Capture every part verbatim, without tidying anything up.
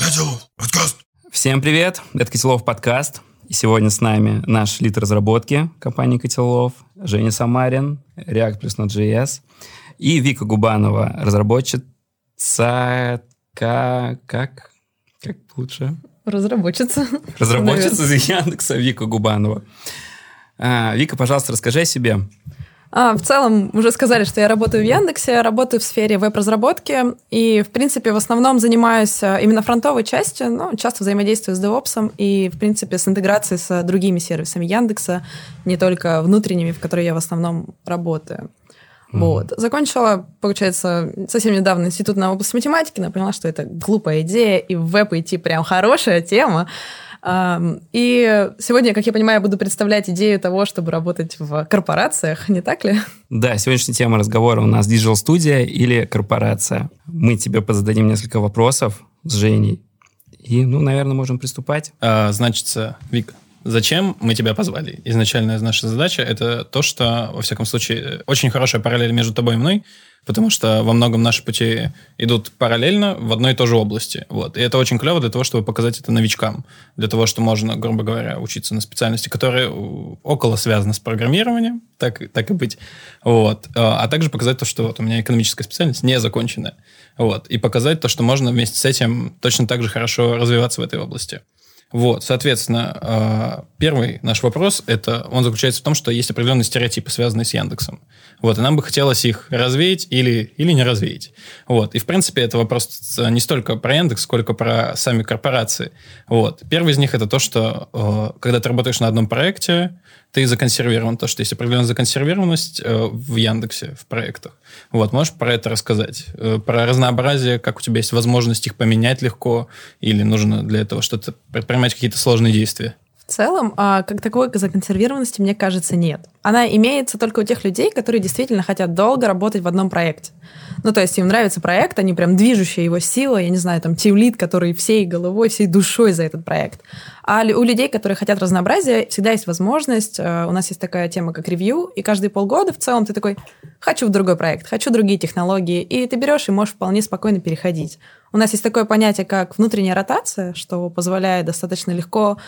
Котелов подкаст. Всем привет, это Котелов подкаст. И сегодня с нами наш лид разработки компании Котелов, Женя Самарин, React плюс Node.js, и Вика Губанова, разработчица... Как? Как, как лучше? Разработчица. Разработчица из Яндекса Вика Губанова. А, Вика, пожалуйста, расскажи о себе. А, в целом, уже сказали, что я работаю в Яндексе, я работаю в сфере веб-разработки и, в принципе, в основном занимаюсь именно фронтовой частью, но часто взаимодействую с DevOps и, в принципе, с интеграцией с другими сервисами Яндекса, не только внутренними, в которые я в основном работаю. Mm-hmm. Вот. Закончила, получается, совсем недавно институт на область математики, но поняла, что это глупая идея, и в веб идти прям хорошая тема. И сегодня, как я понимаю, я буду представлять идею того, чтобы работать в корпорациях, не так ли? Да, сегодняшняя тема разговора у нас Digital Studio или корпорация. Мы тебе позададим несколько вопросов с Женей. И, ну, наверное, можем приступать. А, значит, Вика, зачем мы тебя позвали? Изначальная наша задача — это то, что, во всяком случае, очень хорошая параллель между тобой и мной, потому что во многом наши пути идут параллельно в одной и той же области. Вот. И это очень клево для того, чтобы показать это новичкам, для того, что можно, грубо говоря, учиться на специальности, которые около связаны с программированием, так, так и быть. Вот. А также показать то, что вот у меня экономическая специальность не законченная. Вот. И показать то, что можно вместе с этим точно так же хорошо развиваться в этой области. Вот, соответственно, первый наш вопрос, это, он заключается в том, что есть определенные стереотипы, связанные с Яндексом. Вот, и нам бы хотелось их развеять или, или не развеять. Вот, и, в принципе, это вопрос не столько про Яндекс, сколько про сами корпорации. Вот, первый из них это то, что когда ты работаешь на одном проекте, ты законсервирован. То, что есть определенная законсервированность в Яндексе, в проектах. Вот, можешь про это рассказать? Про разнообразие, как у тебя есть возможность их поменять легко, или нужно для этого что-то предпринимать какие-то сложные действия? В целом, как такой законсервированности, мне кажется, нет. Она имеется только у тех людей, которые действительно хотят долго работать в одном проекте. Ну, то есть им нравится проект, они прям движущая его сила, я не знаю, там, тимлид, который всей головой, всей душой за этот проект. А у людей, которые хотят разнообразия, всегда есть возможность, у нас есть такая тема, как ревью, и каждые полгода в целом ты такой, хочу в другой проект, хочу другие технологии, и ты берешь и можешь вполне спокойно переходить. У нас есть такое понятие, как внутренняя ротация, что позволяет достаточно легко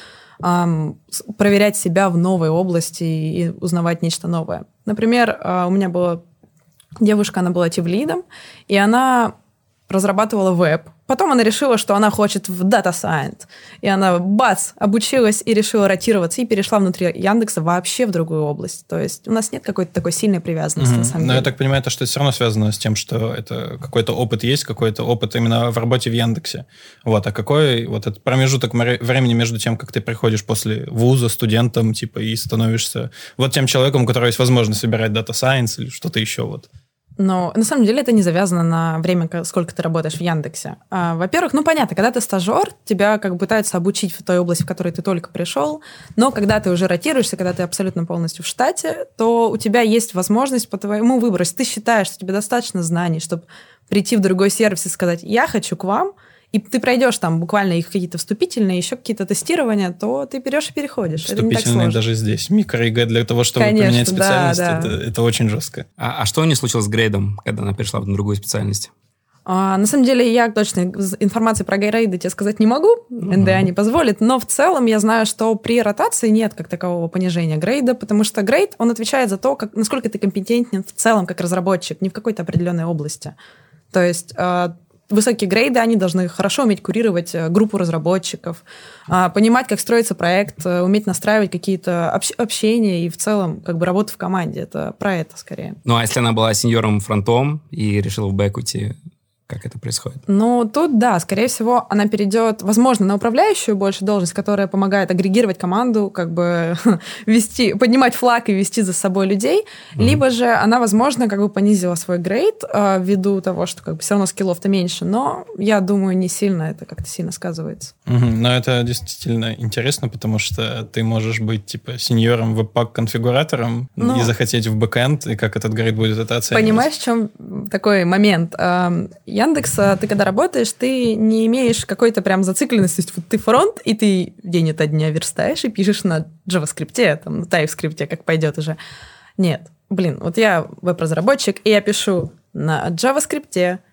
эм, проверять себя в новой области и узнавать нечто новое. Например, э, у меня была девушка, она была тимлидом, и она разрабатывала веб. Потом она решила, что она хочет в Data Science. И она, бац, обучилась и решила ротироваться, и перешла внутри Яндекса вообще в другую область. То есть у нас нет какой-то такой сильной привязанности, угу. на самом Но деле. я так понимаю, то, что это все равно связано с тем, что это какой-то опыт есть, какой-то опыт именно в работе в Яндексе. Вот. А какой вот этот промежуток времени между тем, как ты приходишь после вуза студентом, типа, и становишься вот тем человеком, у которого есть возможность выбирать Data Science или что-то еще вот? Но на самом деле это не завязано на время, сколько ты работаешь в Яндексе. А, во-первых, ну понятно, когда ты стажер, тебя как бы пытаются обучить в той области, в которой ты только пришел, но когда ты уже ротируешься, когда ты абсолютно полностью в штате, то у тебя есть возможность по твоему выбору. Если ты считаешь, что тебе достаточно знаний, чтобы прийти в другой сервис и сказать «я хочу к вам», и ты пройдешь там буквально их какие-то вступительные, еще какие-то тестирования, то ты берешь и переходишь. Вступительные даже здесь. Микро-ЕГЭ для того, чтобы Конечно, поменять специальность, да, да. Это, это очень жестко. А, а что не случилось с грейдом, когда она перешла в другую специальность? А, на самом деле, я точно информации про грейды тебе сказать не могу, uh-huh. эн дэ а не позволит, но в целом я знаю, что при ротации нет как такового понижения грейда, потому что грейд, он отвечает за то, как, насколько ты компетентен в целом как разработчик, не в какой-то определенной области. То есть высокие грейды, они должны хорошо уметь курировать группу разработчиков, понимать, как строится проект, уметь настраивать какие-то общ- общения и в целом как бы работу в команде. Это про это скорее. Ну, а если она была сеньором фронтом и решила в бэк уйти, как это происходит? Ну, тут, да, скорее всего, она перейдет, возможно, на управляющую больше должность, которая помогает агрегировать команду, как бы вести, поднимать флаг и вести за собой людей, mm-hmm. либо же она, возможно, как бы понизила свой грейд э, ввиду того, что как бы все равно скиллов-то меньше, но я думаю, не сильно это как-то сильно сказывается. Mm-hmm. Но это действительно интересно, потому что ты можешь быть, типа, сеньором веб-пак-конфигуратором ну, и захотеть в бэкэнд, и как этот грейд будет это оценивать. Понимаешь, в чем такой момент? Яндекса, ты когда работаешь, ты не имеешь какой-то прям зацикленности. Вот ты фронт, и ты день ото дня верстаешь и пишешь на JavaScript, там, на TypeScript, как пойдет уже. Нет. Блин, вот я веб-разработчик, и я пишу на JavaScript,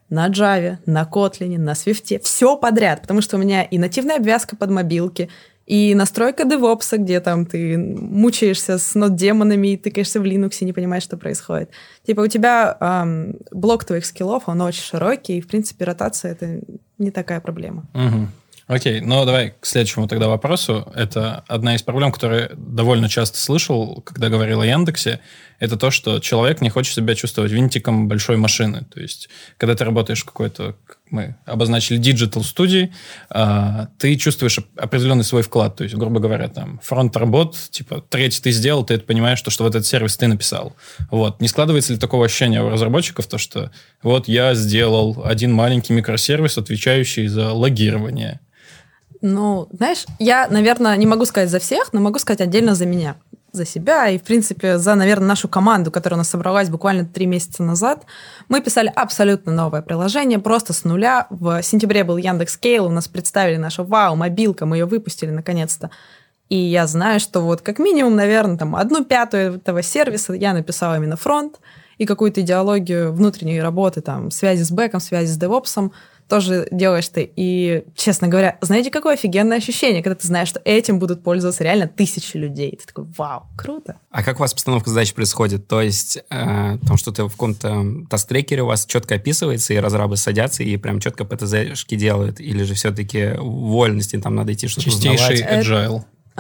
на Java, на Kotlin, на Swift, все подряд, потому что у меня и нативная обвязка под мобилки, и настройка DevOps, где там ты мучаешься с нод-демонами и тыкаешься в Linux и не понимаешь, что происходит. Типа у тебя эм, блок твоих скиллов, он очень широкий, и, в принципе, ротация — это не такая проблема. Угу. Окей, ну давай к следующему тогда вопросу. Это одна из проблем, которую довольно часто слышал, когда говорил о Яндексе. Это то, что человек не хочет себя чувствовать винтиком большой машины. То есть, когда ты работаешь в какой-то, как мы обозначили, диджитал-студии, ты чувствуешь определенный свой вклад. То есть, грубо говоря, там фронт работ, типа, треть ты сделал, ты это понимаешь, что, что вот этот сервис ты написал. Вот. Не складывается ли такого ощущения у разработчиков, то, что вот я сделал один маленький микросервис, отвечающий за логирование? Ну, знаешь, я, наверное, не могу сказать за всех, но могу сказать отдельно за меня, за себя и, в принципе, за, наверное, нашу команду, которая у нас собралась буквально три месяца назад. Мы писали абсолютно новое приложение, просто с нуля. В сентябре был Яндекс.Scale, у нас представили нашу вау, мобилка, мы ее выпустили наконец-то. И я знаю, что вот как минимум, наверное, там одну пятую этого сервиса я написала именно фронт, и какую-то идеологию внутренней работы, там, связи с бэком, связи с девопсом, тоже делаешь ты. И, честно говоря, знаете, какое офигенное ощущение, когда ты знаешь, что этим будут пользоваться реально тысячи людей. Ты такой, вау, круто. А как у вас постановка задач происходит? То есть, э, там что-то в каком-то таск-трекере у вас четко описывается, и разрабы садятся и прям четко ПТЗ-шки делают? Или же все-таки вольности, там надо идти что-то узнавать? Чистейший agile.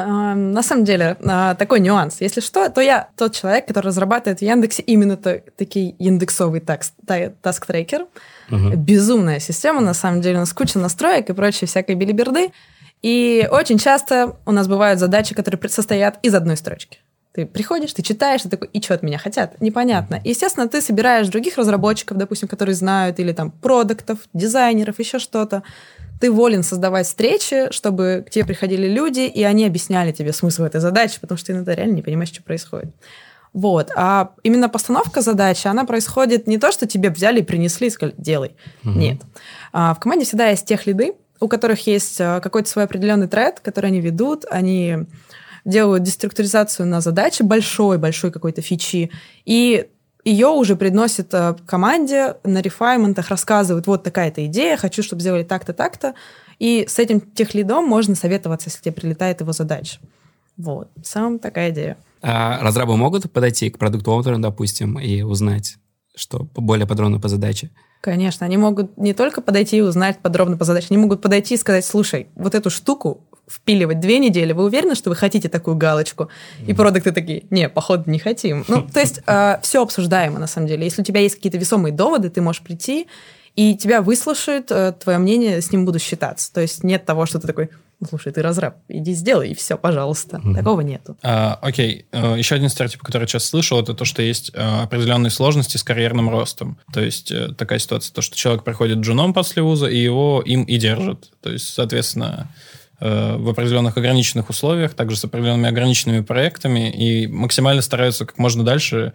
На самом деле, такой нюанс. Если что, то я тот человек, который разрабатывает в Яндексе именно такой индексовый таск-трекер. Угу. Безумная система, на самом деле. У нас куча настроек и прочей всякой билиберды. И очень часто у нас бывают задачи, которые состоят из одной строчки. Ты приходишь, ты читаешь, ты такой, и что от меня хотят? Непонятно. И, естественно, ты собираешь других разработчиков, допустим, которые знают, или там продуктов, дизайнеров, еще что-то. Ты волен создавать встречи, чтобы к тебе приходили люди, и они объясняли тебе смысл этой задачи, потому что ты иногда реально не понимаешь, что происходит. Вот. А именно постановка задачи, она происходит не то, что тебе взяли и принесли и сказали, делай. Угу. Нет. А в команде всегда есть тех лиды, у которых есть какой-то свой определенный тред, который они ведут, они делают деструктуризацию на задачи большой-большой какой-то фичи, и ее уже приносят команде на рефайментах, рассказывают, вот такая-то идея, хочу, чтобы сделали так-то, так-то. И с этим техлидом можно советоваться, если тебе прилетает его задача. Вот. Сам такая идея. А разрабы могут подойти к продукт-оунеру, допустим, и узнать, что более подробно по задаче? Конечно. Они могут не только подойти и узнать подробно по задаче, они могут подойти и сказать, слушай, вот эту штуку впиливать две недели, вы уверены, что вы хотите такую галочку? И продукты такие, не, походу, не хотим. Ну, то есть э, все обсуждаемо, на самом деле. Если у тебя есть какие-то весомые доводы, ты можешь прийти, и тебя выслушают, э, твое мнение, с ним будут считаться. То есть нет того, что ты такой, слушай, ты разраб, иди сделай, и все, пожалуйста. Mm-hmm. Такого нету. А, окей. Еще один стереотип, который я сейчас слышал, это то, что есть определенные сложности с карьерным ростом. То есть такая ситуация, то, что человек приходит джуном после вуза, и его им и держат. То есть, соответственно, в определенных ограниченных условиях, также с определенными ограниченными проектами, и максимально стараются как можно дальше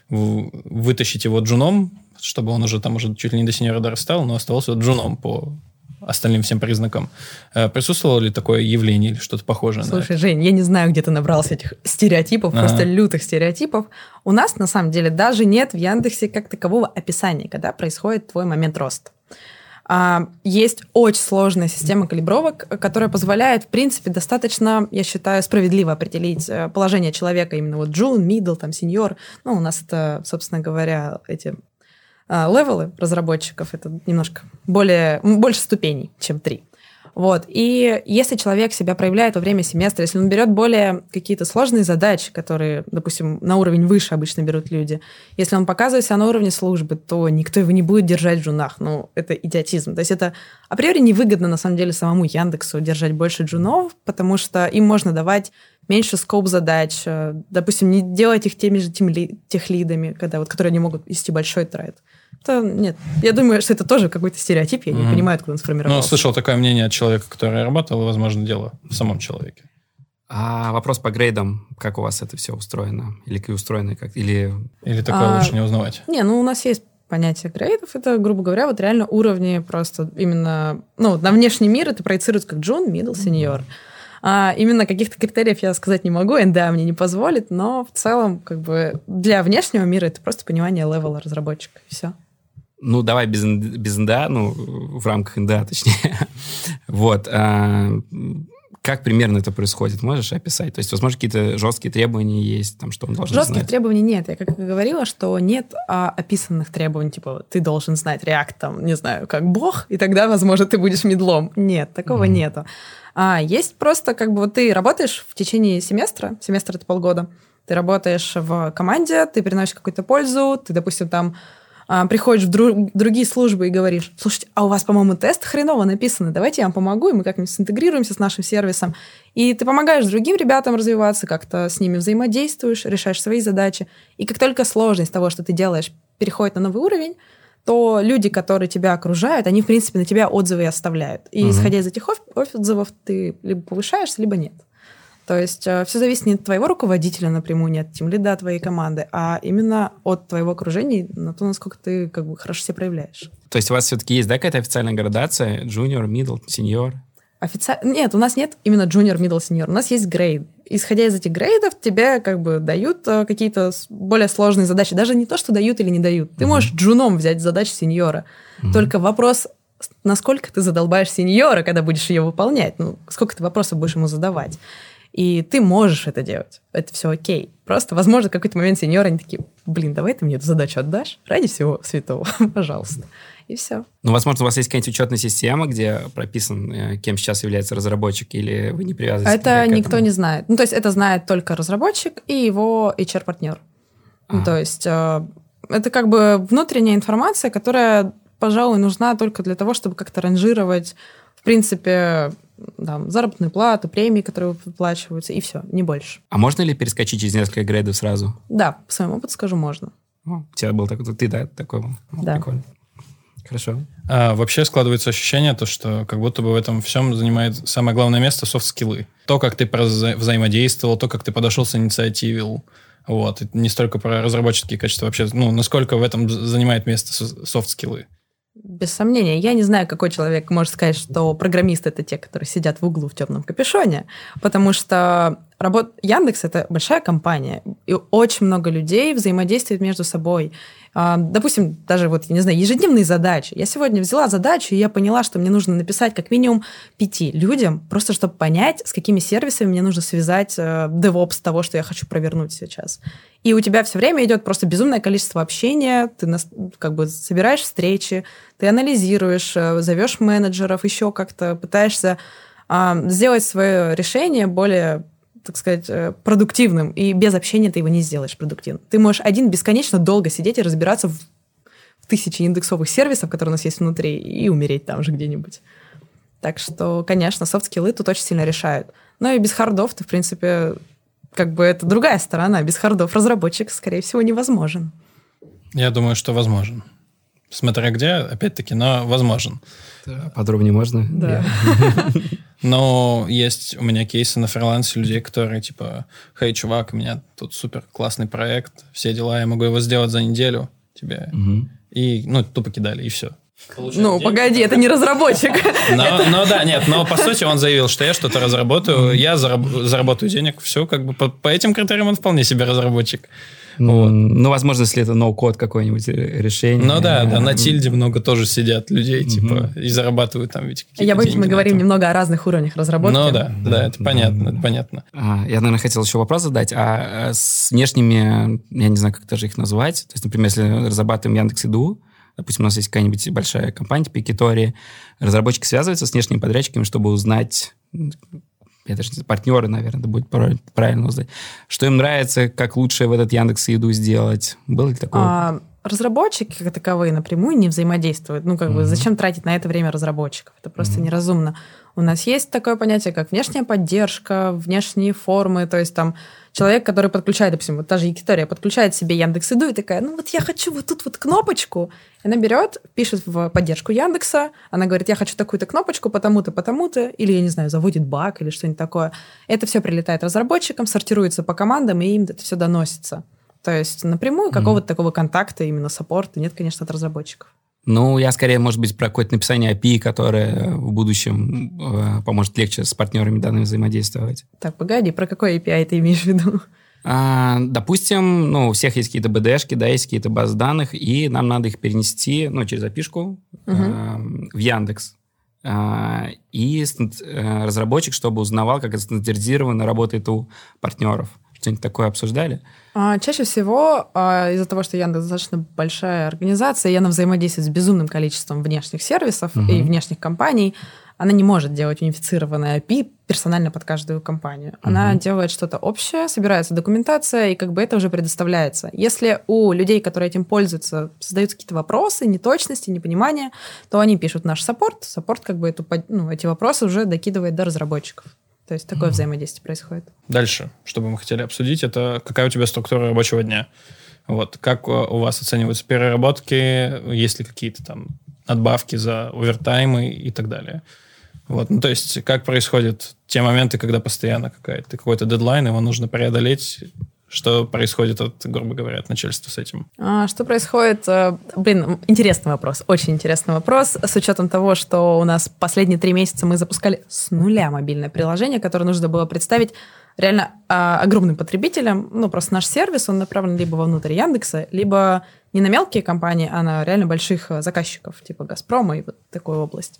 вытащить его джуном, чтобы он уже там уже чуть ли не до сеньора дорастал, но оставался джуном по остальным всем признакам. Присутствовало ли такое явление или что-то похожее? Слушай, на это? Жень, я не знаю, где ты набрался этих стереотипов, ага. просто лютых стереотипов. У нас, на самом деле, даже нет в Яндексе как такового описания, когда происходит твой момент роста. Есть очень сложная система калибровок, которая позволяет, в принципе, достаточно, я считаю, справедливо определить положение человека, именно вот джун, middle, там, senior. Ну, у нас это, собственно говоря, эти левелы разработчиков, это немножко более, больше ступеней, чем три. Вот. И если человек себя проявляет во время семестра, если он берет более какие-то сложные задачи, которые, допустим, на уровень выше обычно берут люди, если он показывает себя на уровне службы, то никто его не будет держать в джунах. Ну, это идиотизм. То есть это априори невыгодно, на самом деле, самому Яндексу держать больше джунов, потому что им можно давать меньше скоп задач, допустим, не делать их теми же техлидами, когда, вот, которые они могут вести большой тред. Это, нет, я думаю, что это тоже какой-то стереотип, я mm-hmm. не понимаю, откуда он сформировался. Ну, слышал такое мнение от человека, который работал, и, возможно, дело в самом человеке. А вопрос по грейдам, как у вас это все устроено? Или устроено как? Или, Или такое а, лучше не узнавать? Не, ну, у нас есть понятие грейдов, это, грубо говоря, вот реально уровни просто именно, ну, на внешний мир это проецируется как джун, middle, senior. Mm-hmm. А именно каких-то критериев я сказать не могу, эн ди эй мне не позволит, но в целом как бы для внешнего мира это просто понимание левела разработчика, и все. Ну, давай без, без эн дэ а, ну, в рамках эн дэ а, точнее. Вот. А, как примерно это происходит? Можешь описать? То есть, возможно, какие-то жесткие требования есть, там, что он должен Жестких знать? требований нет. Я как и говорила, что нет а, описанных требований, типа, ты должен знать React, там, не знаю, как бог, и тогда, возможно, ты будешь мидлом. Нет, такого mm-hmm. нету. А, есть просто, как бы, вот ты работаешь в течение семестра, семестр — это полгода, ты работаешь в команде, ты приносишь какую-то пользу, ты, допустим, там приходишь в друг, другие службы и говоришь: слушайте, а у вас, по-моему, тест хреново написаны, давайте я вам помогу, и мы как-нибудь синтегрируемся с нашим сервисом. И ты помогаешь другим ребятам развиваться, как-то с ними взаимодействуешь, решаешь свои задачи. И как только сложность того, что ты делаешь, переходит на новый уровень, то люди, которые тебя окружают, они, в принципе, на тебя отзывы и оставляют. И, угу. исходя из этих отзывов, ты либо повышаешься, либо нет. То есть э, все зависит не от твоего руководителя напрямую, не от тимлида твоей команды, а именно от твоего окружения, на то, насколько ты как бы хорошо себя проявляешь. То есть у вас все-таки есть, да, какая-то официальная градация? Junior, middle, senior? Офици... Нет, у нас нет именно junior, middle, senior. У нас есть грейд. Исходя из этих грейдов, тебе как бы дают э, какие-то более сложные задачи. Даже не то, что дают или не дают. Ты uh-huh. можешь джуном взять задачу сеньора. Uh-huh. Только вопрос, насколько ты задолбаешь сеньора, когда будешь ее выполнять. Ну, сколько ты вопросов будешь ему задавать. И ты можешь это делать. Это все окей. Просто, возможно, в какой-то момент сеньоры, они такие: блин, давай ты мне эту задачу отдашь ради всего святого, пожалуйста. И все. Ну, возможно, у вас есть какая-нибудь учетная система, где прописан, кем сейчас является разработчик, или вы не привязываетесь? Это никто не знает. Ну, то есть это знает только разработчик и его эйч ар-партнер. Ну, то есть э, это как бы внутренняя информация, которая, пожалуй, нужна только для того, чтобы как-то ранжировать, в принципе, там, заработную плату, премии, которые выплачиваются, и все, не больше. А можно ли перескочить через несколько грейдов сразу? Да, по своему опыту скажу, можно. О, у тебя был такой, ты, да, такой был? Да. Прикольно. Хорошо. А, вообще складывается ощущение, то, что как будто бы в этом всем занимает самое главное место софт-скиллы. То, как ты вза- взаимодействовал, то, как ты подошел с инициативой. Вот. Это не столько про разработческие качества вообще. Ну, насколько в этом занимает место софт-скиллы. Без сомнения. Я не знаю, какой человек может сказать, что программисты — это те, которые сидят в углу в темном капюшоне, потому что работ... Яндекс — это большая компания, и очень много людей взаимодействует между собой. Допустим, даже вот, я не знаю, ежедневные задачи. Я сегодня взяла задачу, и я поняла, что мне нужно написать как минимум пяти людям, просто чтобы понять, с какими сервисами мне нужно связать DevOps того, что я хочу провернуть сейчас. И у тебя все время идет просто безумное количество общения, ты как бы собираешь встречи, ты анализируешь, зовешь менеджеров, еще как-то пытаешься сделать свое решение более, так сказать, продуктивным, и без общения ты его не сделаешь продуктивным. Ты можешь один бесконечно долго сидеть и разбираться в, в тысячи индексовых сервисов, которые у нас есть внутри, и умереть там же где-нибудь. Так что, конечно, софт-скиллы тут очень сильно решают. Но и без хардов ты, в принципе, как бы это другая сторона. Без хардов разработчик, скорее всего, невозможен. Я думаю, что возможен. Смотря где, опять-таки, но возможен. Да, подробнее можно? Да. Но есть у меня кейсы на фрилансе людей, которые типа: хей, чувак, у меня тут супер классный проект, все дела, я могу его сделать за неделю тебе. Угу. И, ну, тупо кидали, и все. Получают ну, деньги. Погоди, это не разработчик. Но, но да, нет, но по сути он заявил, что я что-то разработаю, я зараб- заработаю денег, все, как бы по, по этим критериям он вполне себе разработчик. Вот. Ну, возможно, если это ноу-код какое-нибудь решение. Ну да, да, на тильде много тоже сидят людей, mm-hmm. типа, и зарабатывают там ведь какие-то Я боюсь, мы говорим этом. немного о разных уровнях разработки. Ну да, да, да, это понятно, это понятно. А, я, наверное, хотел еще вопрос задать. А с внешними, я не знаю, как даже их назвать, то есть, например, если разрабатываем Яндекс.Иду, допустим, у нас есть какая-нибудь большая компания, типа Китории, разработчики связываются с внешними подрядчиками, чтобы узнать... Я даже не знаю, партнеры, наверное, это будет правильно узнать. Что им нравится, как лучше в этот Яндекс.Еду сделать? Было ли такое? А, разработчики, как таковые, напрямую не взаимодействуют. Ну, как mm-hmm. бы, зачем тратить на это время разработчиков? Это просто mm-hmm. неразумно. У нас есть такое понятие, как внешняя поддержка, внешние формы, то есть там человек, который подключает, допустим, вот та же Якитория, подключает себе Яндекс.Иду и такая: ну вот я хочу вот тут вот кнопочку. И она берет, пишет в поддержку Яндекса, она говорит: я хочу такую-то кнопочку, потому-то, потому-то, или, я не знаю, заводит баг или что-нибудь такое. Это все прилетает разработчикам, сортируется по командам, и им это все доносится. То есть напрямую какого-то mm-hmm. такого контакта, именно саппорта нет, конечно, от разработчиков. Ну, я скорее, может быть, про какое-то написание эй пи ай, которое в будущем э, поможет легче с партнерами данными взаимодействовать. Так, погоди, про какой эй пи ай ты имеешь в виду? А, допустим, ну, у всех есть какие-то бэ дэ шки, да, есть какие-то базы данных, и нам надо их перенести, ну, через эй пи ай-шку угу. а, в Яндекс. А, и а, разработчик, чтобы узнавал, как это стандартизированно работает у партнеров. Что-нибудь такое обсуждали? А, чаще всего а, из-за того, что Яндекс достаточно большая организация, и она взаимодействует с безумным количеством внешних сервисов угу. и внешних компаний, она не может делать унифицированное эй пи ай персонально под каждую компанию. Она uh-huh. делает что-то общее, собирается документация, и как бы это уже предоставляется. Если у людей, которые этим пользуются, создаются какие-то вопросы, неточности, непонимания, то они пишут наш саппорт. Саппорт как бы эту, ну, эти вопросы уже докидывает до разработчиков. То есть такое uh-huh. взаимодействие происходит. Дальше, что бы мы хотели обсудить, это какая у тебя структура рабочего дня. Вот. Как у вас оцениваются переработки, есть ли какие-то там надбавки за овертаймы и так далее. Вот, ну, то есть, как происходят те моменты, когда постоянно какая-то, какой-то дедлайн, его нужно преодолеть, что происходит, от, грубо говоря, от начальства с этим? А, что происходит? Блин, интересный вопрос, очень интересный вопрос, с учетом того, что у нас последние три месяца мы запускали с нуля мобильное приложение, которое нужно было представить реально а, огромным потребителям. Ну, просто наш сервис, он направлен либо вовнутрь Яндекса, либо не на мелкие компании, а на реально больших заказчиков, типа «Газпрома» и вот такую область.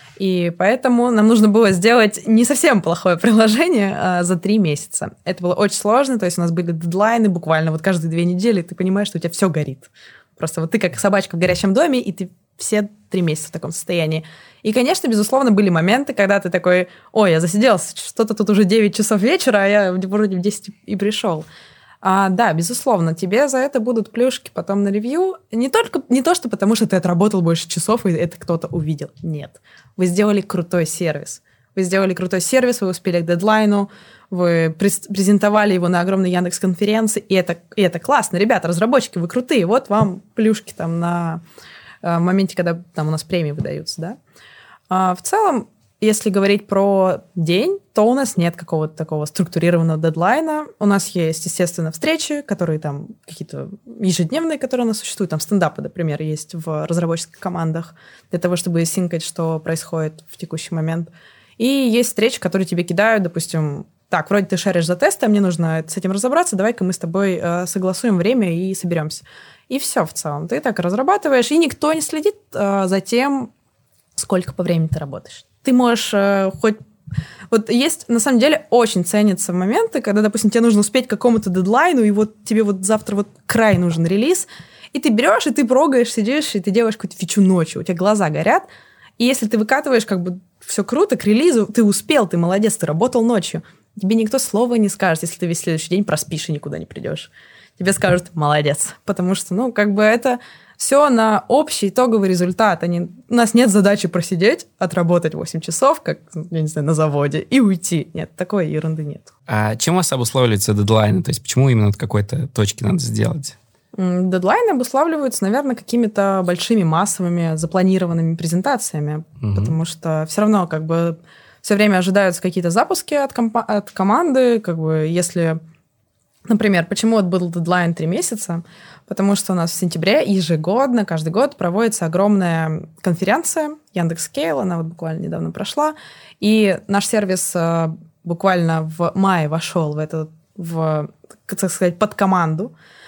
И поэтому нам нужно было сделать не совсем плохое приложение а, за три месяца. Это было очень сложно, то есть у нас были дедлайны буквально вот каждые две недели, ты понимаешь, что у тебя все горит. Просто вот ты как собачка в горящем доме, и ты все три месяца в таком состоянии. И, конечно, безусловно, были моменты, когда ты такой, ой, я засиделся, что-то тут уже девять часов вечера, а я вроде в десять и пришел. А, да, безусловно, тебе за это будут плюшки потом на ревью. Не только не то, что потому что ты отработал больше часов, и это кто-то увидел. Нет. Вы сделали крутой сервис. Вы сделали крутой сервис, вы успели к дедлайну, вы презентовали его на огромной Яндекс.Конференции, и это, и это классно. Ребята, разработчики, вы крутые. Вот вам плюшки там на э, моменте, когда там у нас премии выдаются, да. А, в целом, если говорить про день, то у нас нет какого-то такого структурированного дедлайна. У нас есть, естественно, встречи, которые там какие-то ежедневные, которые у нас существуют. Там стендапы, например, есть в разработческих командах для того, чтобы синкать, что происходит в текущий момент. И есть встречи, которые тебе кидают, допустим, так, вроде ты шаришь за тесты, а мне нужно с этим разобраться, давай-ка мы с тобой э, согласуем время и соберемся. И все в целом. Ты так разрабатываешь, и никто не следит э, за тем, сколько по времени ты работаешь. Ты можешь э, хоть... Вот есть, на самом деле, очень ценятся моменты, когда, допустим, тебе нужно успеть к какому-то дедлайну, и вот тебе вот завтра вот край нужен релиз, и ты берешь, и ты прогаешь, сидишь, и ты делаешь какую-то фичу ночью, у тебя глаза горят, и если ты выкатываешь как бы все круто, к релизу, ты успел, ты молодец, ты работал ночью, тебе никто слова не скажет, если ты весь следующий день проспишь и никуда не придешь. Тебе скажут «молодец», потому что, ну, как бы это... Все на общий итоговый результат. Они... У нас нет задачи просидеть, отработать восемь часов, как, я не знаю, на заводе, и уйти. Нет, такой ерунды нет. А чем у вас обуславливаются дедлайны? То есть почему именно от какой-то точки надо сделать? Дедлайны обуславливаются, наверное, какими-то большими массовыми запланированными презентациями, угу. потому что все равно как бы все время ожидаются какие-то запуски от, комп... от команды. Как бы, если, например, почему вот был дедлайн три месяца? Потому что у нас в сентябре ежегодно, каждый год проводится огромная конференция Яндекс.Scale, она вот буквально недавно прошла, и наш сервис буквально в мае вошел в эту, в, так сказать, под команду,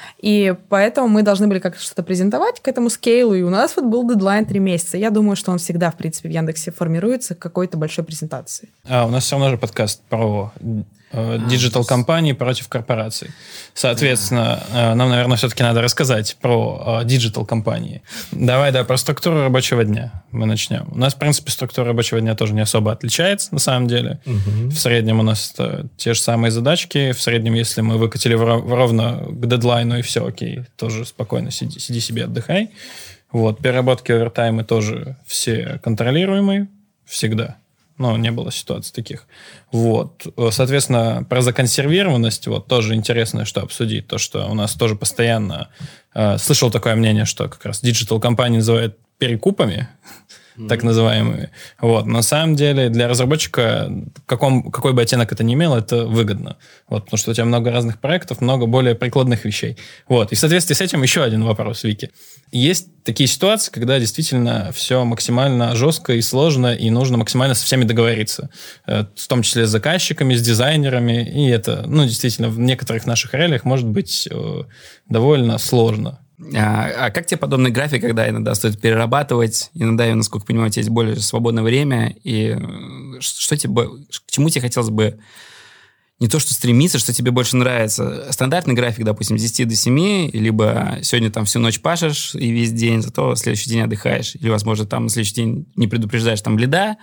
и поэтому мы должны были как-то что-то презентовать к этому скейлу, и у нас вот был дедлайн три месяца. Я думаю, что он всегда, в принципе, в Яндексе формируется к какой-то большой презентации. А у нас все равно же подкаст про диджитал-компании против корпораций. Соответственно, нам, наверное, все-таки надо рассказать про диджитал-компании. Давай, да, про структуру рабочего дня мы начнем. У нас, в принципе, структура рабочего дня тоже не особо отличается, на самом деле. Угу. В среднем у нас те же самые задачки. В среднем, если мы выкатили ровно к дедлайну, и все окей, тоже спокойно сиди, сиди себе, отдыхай. Вот. Переработки, овертаймы тоже все контролируемые всегда. Но не было ситуаций таких. Вот. Соответственно, про законсервированность вот, тоже интересно, что обсудить. То, что у нас тоже постоянно... Э, слышал такое мнение, что как раз диджитал-компании называют перекупами. mm-hmm. так называемые. Вот. На самом деле для разработчика, каком, какой бы оттенок это ни имело, это выгодно. Вот, потому что у тебя много разных проектов, много более прикладных вещей. Вот. И в соответствии с этим еще один вопрос, Вики. Есть такие ситуации, когда действительно все максимально жестко и сложно, и нужно максимально со всеми договориться. В том числе с заказчиками, с дизайнерами. И это, ну, действительно, в некоторых наших реалиях может быть довольно сложно. А, а как тебе подобный график, когда иногда стоит перерабатывать, иногда, насколько я понимаю, у тебя есть более свободное время, и что тебе, к чему тебе хотелось бы не то что стремиться, что тебе больше нравится? Стандартный график, допустим, с десяти до семи, либо сегодня там всю ночь пашешь и весь день, зато в следующий день отдыхаешь, или, возможно, там на следующий день не предупреждаешь там лида,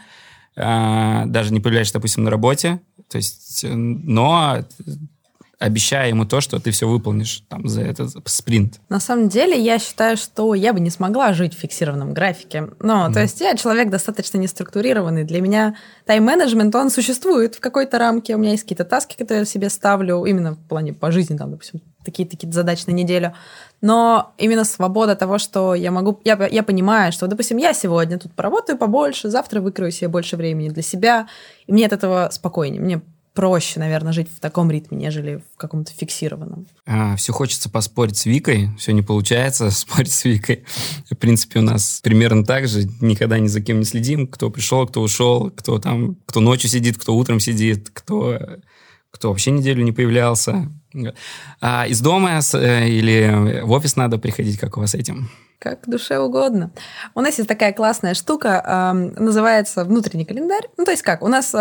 а, даже не появляешься, допустим, на работе, то есть, но обещая ему то, что ты все выполнишь там за этот спринт. На самом деле, я считаю, что я бы не смогла жить в фиксированном графике. Ну, mm. то есть я человек достаточно неструктурированный. Для меня тайм-менеджмент, он существует в какой-то рамке. У меня есть какие-то таски, которые я себе ставлю, именно в плане по жизни, там, допустим, такие-такие задачи на неделю. Но именно свобода того, что я могу... Я, я понимаю, что, допустим, я сегодня тут поработаю побольше, завтра выкрою себе больше времени для себя, и мне от этого спокойнее. Мне проще, наверное, жить в таком ритме, нежели в каком-то фиксированном. А, все хочется поспорить с Викой, все не получается спорить с Викой. В принципе, у нас примерно так же, никогда ни за кем не следим, кто пришел, кто ушел, кто там, кто ночью сидит, кто утром сидит, кто, кто вообще неделю не появлялся. А из дома или в офис надо приходить, как у вас с этим? Как душе угодно. У нас есть такая классная штука, называется внутренний календарь. Ну, то есть как, у нас...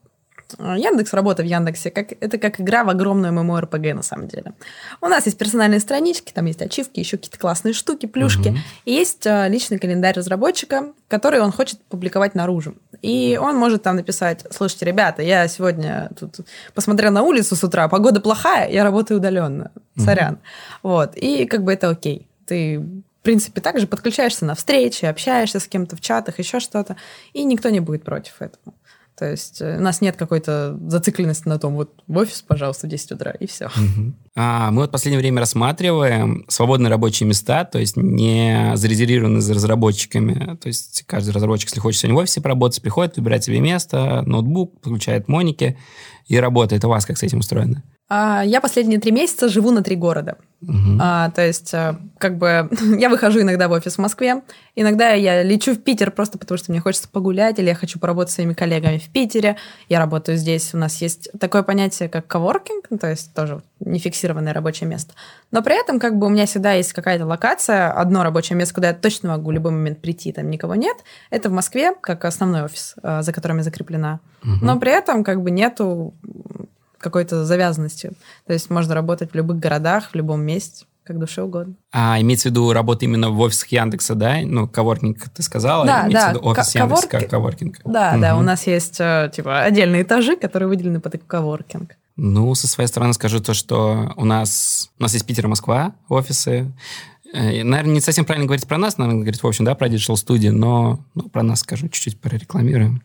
Яндекс, работа в Яндексе, как, это как игра в огромную MMORPG, на самом деле. У нас есть персональные странички, там есть ачивки, еще какие-то классные штуки, плюшки. Uh-huh. И есть а, личный календарь разработчика, который он хочет публиковать наружу. И он может там написать: слушайте, ребята, я сегодня тут посмотрел на улицу с утра, погода плохая, я работаю удаленно. Сорян. Uh-huh. Вот. И как бы это окей. Ты... В принципе, также подключаешься на встречи, общаешься с кем-то в чатах, еще что-то, и никто не будет против этого. То есть у нас нет какой-то зацикленности на том, вот в офис, пожалуйста, в десять утра, и все. Uh-huh. А, мы вот в последнее время рассматриваем свободные рабочие места, то есть не зарезервированные за разработчиками. То есть каждый разработчик, если хочет сегодня в офисе поработать, приходит, выбирает себе место, ноутбук, подключает моники и работает. У вас как с этим устроено? Я последние три месяца живу на три города. Uh-huh. А, то есть, как бы, я выхожу иногда в офис в Москве, иногда я лечу в Питер просто потому, что мне хочется погулять, или я хочу поработать с своими коллегами в Питере. Я работаю здесь. У нас есть такое понятие, как коворкинг, то есть тоже нефиксированное рабочее место. Но при этом, как бы, у меня всегда есть какая-то локация, одно рабочее место, куда я точно могу в любой момент прийти, там никого нет. Это в Москве, как основной офис, за которым я закреплена. Uh-huh. Но при этом, как бы, нету какой-то завязанности. То есть можно работать в любых городах, в любом месте, как душе угодно. А имеется в виду работа именно в офисах Яндекса, да? Ну, коворкинг ты сказала, да, имеется да. в виду офис К- Яндекса коворки... как коворкинг. Да, угу. да, у нас есть типа отдельные этажи, которые выделены под коворкинг. Ну, со своей стороны скажу то, что у нас, у нас есть Питер и Москва офисы. Наверное, не совсем правильно говорить про нас, наверное, говорить, в общем, да, про Digital Studio, но ну, про нас скажу, чуть-чуть прорекламируем.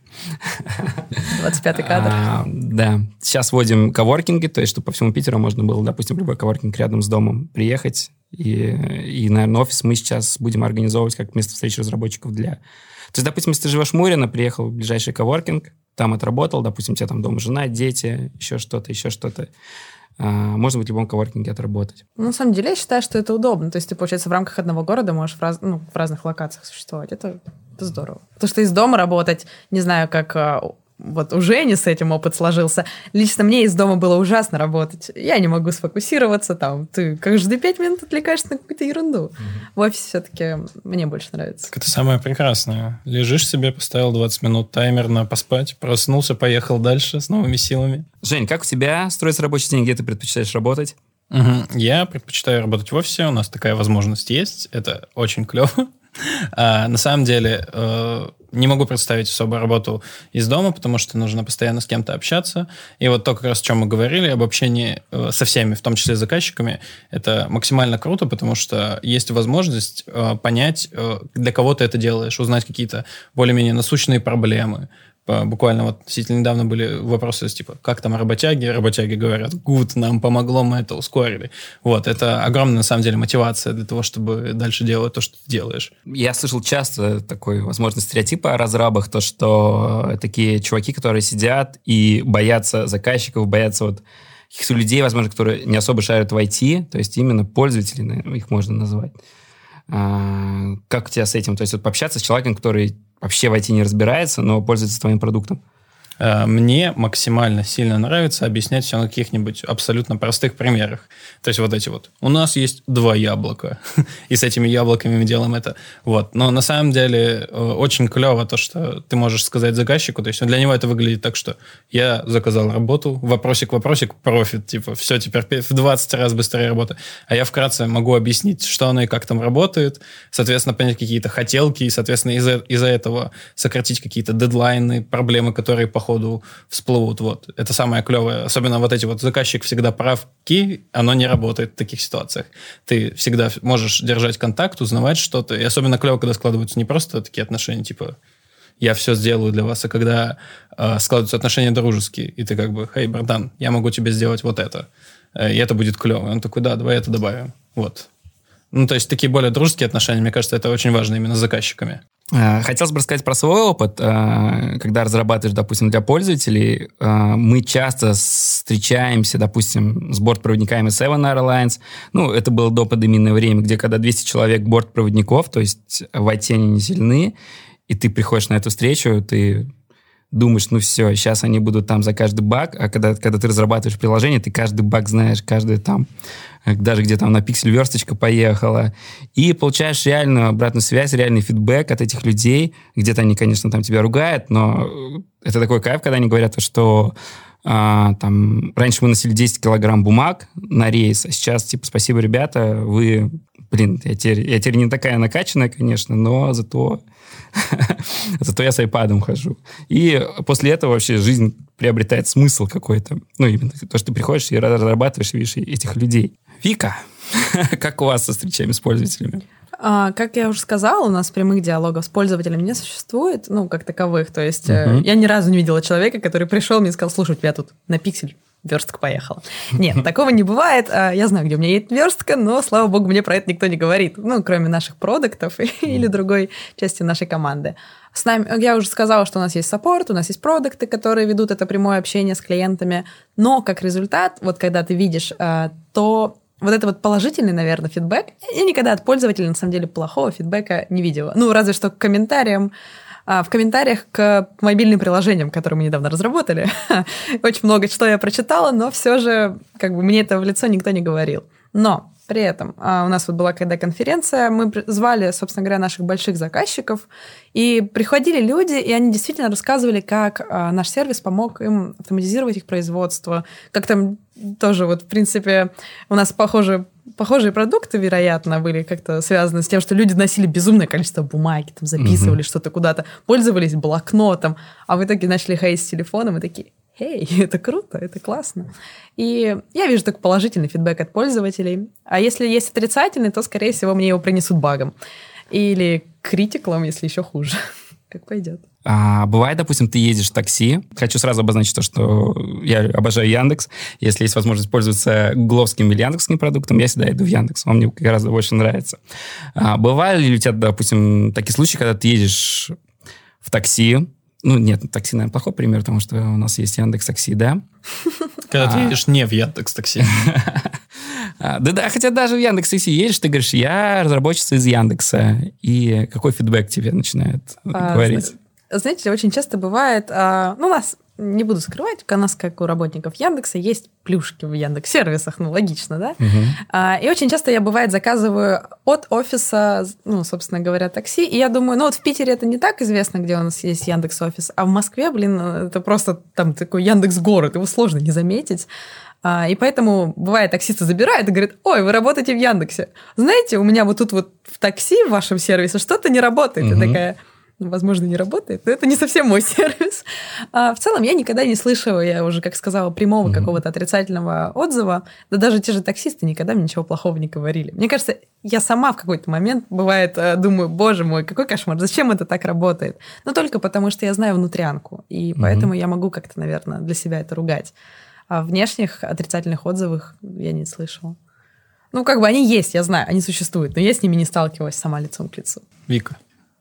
двадцать пятый кадр. А, да. Сейчас вводим коворкинги, то есть, чтобы по всему Питеру можно было, допустим, в любой коворкинг рядом с домом приехать. И, и, наверное, офис мы сейчас будем организовывать как место встречи разработчиков для... То есть, допустим, если ты живешь в Мурино, приехал в ближайший коворкинг, там отработал, допустим, у тебя там дома жена, дети, еще что-то, еще что-то. Можно быть в любом коворкинге отработать. Ну, на самом деле, я считаю, что это удобно. То есть ты, получается, в рамках одного города можешь в, раз... ну, в разных локациях существовать. Это, это здорово. Потому что из дома работать, не знаю, как вот у Жени с этим опыт сложился. Лично мне из дома было ужасно работать. Я не могу сфокусироваться. Там, ты каждые пять минут отвлекаешься на какую-то ерунду. Mm-hmm. В офисе все-таки мне больше нравится. Так это самое прекрасное. Лежишь себе, поставил двадцать минут таймер на поспать, проснулся, поехал дальше с новыми силами. Жень, как у тебя строится рабочий день? Где ты предпочитаешь работать? Угу. Я предпочитаю работать в офисе. У нас такая возможность есть. Это очень клево. А, на самом деле, э, не могу представить особо работу из дома, потому что нужно постоянно с кем-то общаться. И вот то, как раз о чем мы говорили, об общении э, со всеми, в том числе с заказчиками, это максимально круто, потому что есть возможность э, понять, э, для кого ты это делаешь, узнать какие-то более-менее насущные проблемы, Буквально вот относительно недавно были вопросы типа, как там работяги? Работяги говорят, good, нам помогло, мы это ускорили. Вот, это огромная, на самом деле, мотивация для того, чтобы дальше делать то, что ты делаешь. Я слышал часто такой, возможно, стереотип о разрабах, то, что такие чуваки, которые сидят и боятся заказчиков, боятся вот каких-то людей, возможно, которые не особо шарят в ай ти, то есть именно пользователи, наверное, их можно назвать. А, как у тебя с этим? То есть вот пообщаться с человеком, который вообще в ай ти не разбирается, но пользуется твоим продуктом? Мне максимально сильно нравится объяснять все на каких-нибудь абсолютно простых примерах. То есть вот эти вот. У нас есть два яблока, и с этими яблоками мы делаем это. Вот. Но на самом деле очень клево то, что ты можешь сказать заказчику. То есть для него это выглядит так, что я заказал работу, вопросик, вопросик, профит. Типа все, теперь в двадцать раз быстрее работа. А я вкратце могу объяснить, что оно и как там работает. Соответственно, понять какие-то хотелки, и, соответственно, из-за, из-за этого сократить какие-то дедлайны, проблемы, которые по ходу всплывут. Вот. Это самое клевое. Особенно вот эти вот заказчик всегда правки, оно не работает в таких ситуациях. Ты всегда можешь держать контакт, узнавать что-то. И особенно клево, когда складываются не просто такие отношения, типа я все сделаю для вас, а когда э, складываются отношения дружеские, и ты как бы, хей, братан, я могу тебе сделать вот это. И это будет клево. Он такой, да, давай это добавим. Вот. Ну, то есть такие более дружеские отношения, мне кажется, это очень важно именно с заказчиками. Хотелось бы рассказать про свой опыт. Когда разрабатываешь, допустим, для пользователей, мы часто встречаемся, допустим, с бортпроводниками Seven Airlines. Ну, это было до пандемийное время, где когда двести человек бортпроводников, то есть в ай ти они не сильны, и ты приходишь на эту встречу, ты думаешь, ну все, сейчас они будут там за каждый баг, а когда, когда ты разрабатываешь приложение, ты каждый баг знаешь, каждый там, даже где там на пиксель версточка поехала, и получаешь реальную обратную связь, реальный фидбэк от этих людей. Где-то они, конечно, там тебя ругают, но это такой кайф, когда они говорят, что а, там, раньше мы носили десять килограмм бумаг на рейс, а сейчас, типа, спасибо, ребята, вы, блин, я теперь, я теперь не такая накачанная, конечно, но зато... Зато я с айпадом хожу. И после этого вообще жизнь приобретает смысл какой-то. Ну, именно то, что ты приходишь и разрабатываешь, видишь этих людей. Вика, как у вас со встречами с пользователями? А, как я уже сказала, у нас прямых диалогов с пользователями не существует, ну, как таковых. То есть uh-huh. я ни разу не видела человека, который пришел мне и сказал, слушай, у тебя тут на пиксель верстка поехала. Нет, такого не бывает. Я знаю, где у меня едет верстка, но, слава богу, мне про это никто не говорит. Ну, кроме наших продуктов или другой части нашей команды. С нами, я уже сказала, что у нас есть саппорт, у нас есть продукты, которые ведут это прямое общение с клиентами. Но как результат, вот когда ты видишь, то вот это вот положительный, наверное, фидбэк, я никогда от пользователя, на самом деле, плохого фидбэка не видела. Ну, разве что к комментариям, в комментариях к мобильным приложениям, которые мы недавно разработали. Очень много что я прочитала, но все же как бы мне это в лицо никто не говорил. Но при этом у нас вот была когда конференция, мы звали, собственно говоря, наших больших заказчиков, и приходили люди, и они действительно рассказывали, как наш сервис помог им автоматизировать их производство, как там тоже вот, в принципе, у нас похоже... Похожие продукты, вероятно, были как-то связаны с тем, что люди носили безумное количество бумаги, там, записывали uh-huh. что-то куда-то, пользовались блокнотом, а в итоге начали ходить с телефоном и такие, «Эй, это круто, это классно». И я вижу только положительный фидбэк от пользователей. А если есть отрицательный, то, скорее всего, мне его принесут багом. Или критиклом, если еще хуже. Как пойдет. А, бывает, допустим, ты едешь в такси. Хочу сразу обозначить то, что я обожаю Яндекс. Если есть возможность пользоваться гугловским или яндексским продуктом, я всегда иду в Яндекс. Он мне гораздо больше нравится. А, бывали ли у тебя, допустим, такие случаи, когда ты едешь в такси? Ну, нет, такси, наверное, плохой пример, потому что у нас есть Яндекс.Такси, да? Когда ты едешь не в Яндекс.Такси. Да-да, хотя даже в Яндекс.Такси едешь, ты говоришь, я разработчица из Яндекса. И какой фидбэк тебе начинает говорить? Знаете, очень часто бывает, ну, у нас, не буду скрывать, у нас, как у работников Яндекса, есть плюшки в Яндекс-сервисах, ну, логично, да? Uh-huh. И очень часто я, бывает, заказываю от офиса, ну, собственно говоря, такси, и я думаю, ну, вот в Питере это не так известно, где у нас есть Яндекс-офис, а в Москве, блин, это просто там такой Яндекс-город, его сложно не заметить. И поэтому, бывает, таксисты забирают и говорят, ой, вы работаете в Яндексе. Знаете, у меня вот тут вот в такси в вашем сервисе что-то не работает. Uh-huh. Я такая... возможно, не работает, но это не совсем мой сервис. А в целом я никогда не слышала, я уже, как сказала, прямого mm-hmm. какого-то отрицательного отзыва. Да даже те же таксисты никогда мне ничего плохого не говорили. Мне кажется, я сама в какой-то момент, бывает, думаю, боже мой, какой кошмар, зачем это так работает? Но только потому, что я знаю внутрянку, и mm-hmm. поэтому я могу как-то, наверное, для себя это ругать. А внешних отрицательных отзывах я не слышала. Ну, как бы они есть, я знаю, они существуют, но я с ними не сталкивалась сама лицом к лицу. Вика,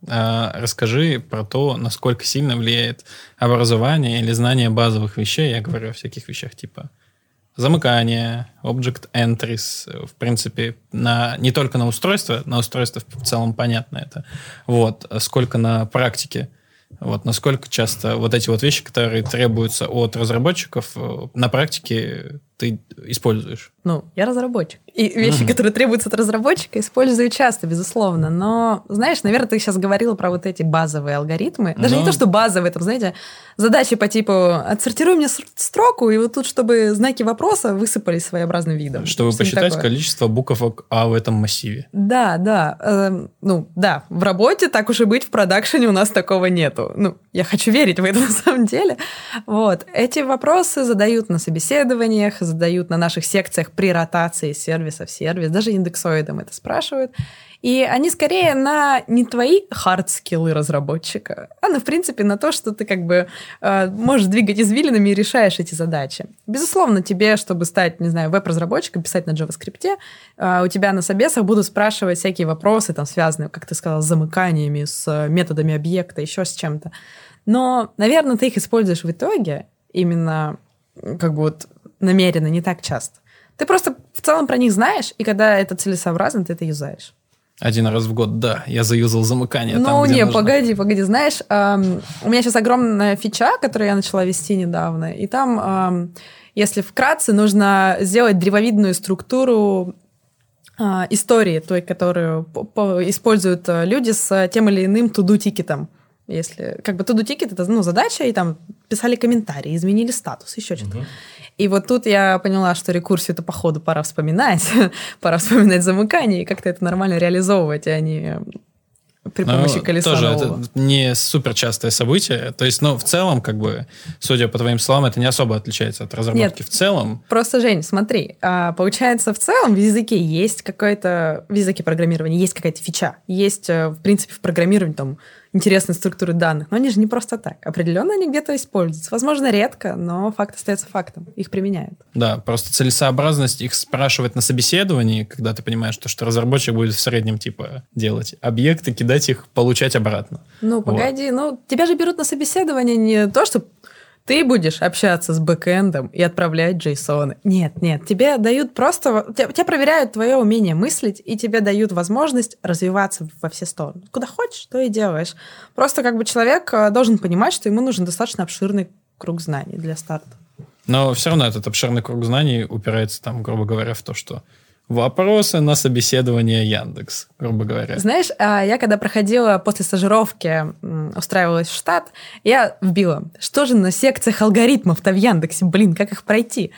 а расскажи про то, насколько сильно влияет образование или знание базовых вещей, я говорю о всяких вещах типа замыкания, object entries, в принципе, на, не только на устройство, на устройство в целом понятно это, вот, сколько на практике. Вот, насколько часто вот эти вот вещи, которые требуются от разработчиков, на практике ты используешь? Ну, я разработчик. И вещи, mm-hmm. которые требуются от разработчика, использую часто, безусловно. Но, знаешь, наверное, ты сейчас говорила про вот эти базовые алгоритмы. Даже Но... не то, что базовые, там, знаете, задачи по типу «отсортируй мне строку», и вот тут, чтобы знаки вопроса высыпались своеобразным видом. Чтобы что посчитать количество буквок А в этом массиве. Да, да. Э, ну, да, в работе, так уж и быть, в продакшене у нас такого нету. Ну, я хочу верить в это на самом деле. Вот. Эти вопросы задают на собеседованиях, задают на наших секциях при ротации сервиса в сервис, даже индексоидам это спрашивают. И они скорее на не твои хард-скиллы разработчика, а на, в принципе, на то, что ты как бы э, можешь двигать извилинами и решаешь эти задачи. Безусловно, тебе, чтобы стать, не знаю, веб-разработчиком, писать на JavaScript, э, у тебя на собесах будут спрашивать всякие вопросы, там, связанные, как ты сказал, с замыканиями, с методами объекта, еще с чем-то. Но, наверное, ты их используешь в итоге именно как бы вот намеренно, не так часто. Ты просто в целом про них знаешь, и когда это целесообразно, ты это юзаешь. Один раз в год, да, я заюзал замыкание. Ну, там, где не, нужно. погоди, погоди. Знаешь, эм, у меня сейчас огромная фича, которую я начала вести недавно, и там, эм, если вкратце, нужно сделать древовидную структуру э, истории, той, которую по- по- используют люди с тем или иным to-do-тикетом. Если, как бы to-do-тикет — это, ну, задача, и там писали комментарии, изменили статус, еще что-то. И вот тут я поняла, что рекурсию-то, походу, пора вспоминать. Пора вспоминать замыкание и как-то это нормально реализовывать, а не при помощи ну, колеса тоже нового. Это не суперчастое событие. То есть, ну, в целом, как бы, судя по твоим словам, это не особо отличается от разработки. Нет, в целом. Просто, Жень, смотри, получается, в целом в языке есть какой-то... В языке программирования есть какая-то фича. Есть, в принципе, в программировании там интересные структуры данных, но они же не просто так. Определенно они где-то используются. Возможно, редко, но факт остается фактом. Их применяют. Да, просто целесообразность их спрашивать на собеседовании, когда ты понимаешь, что, что разработчик будет в среднем типа делать объекты, кидать их, получать обратно. Ну, погоди, вот. Ну, тебя же берут на собеседование не то, что ты будешь общаться с бэкэндом и отправлять джейсоны. Нет, нет, тебе дают просто... Тебя, тебя проверяют твое умение мыслить, и тебе дают возможность развиваться во все стороны. Куда хочешь, то и делаешь. Просто как бы человек должен понимать, что ему нужен достаточно обширный круг знаний для старта. Но все равно этот обширный круг знаний упирается, там, грубо говоря, в то, что вопросы на собеседование Яндекс, грубо говоря. Знаешь, я когда проходила после стажировки, устраивалась в штат, я вбила, что же на секциях алгоритмов-то в Яндексе, блин, как их пройти?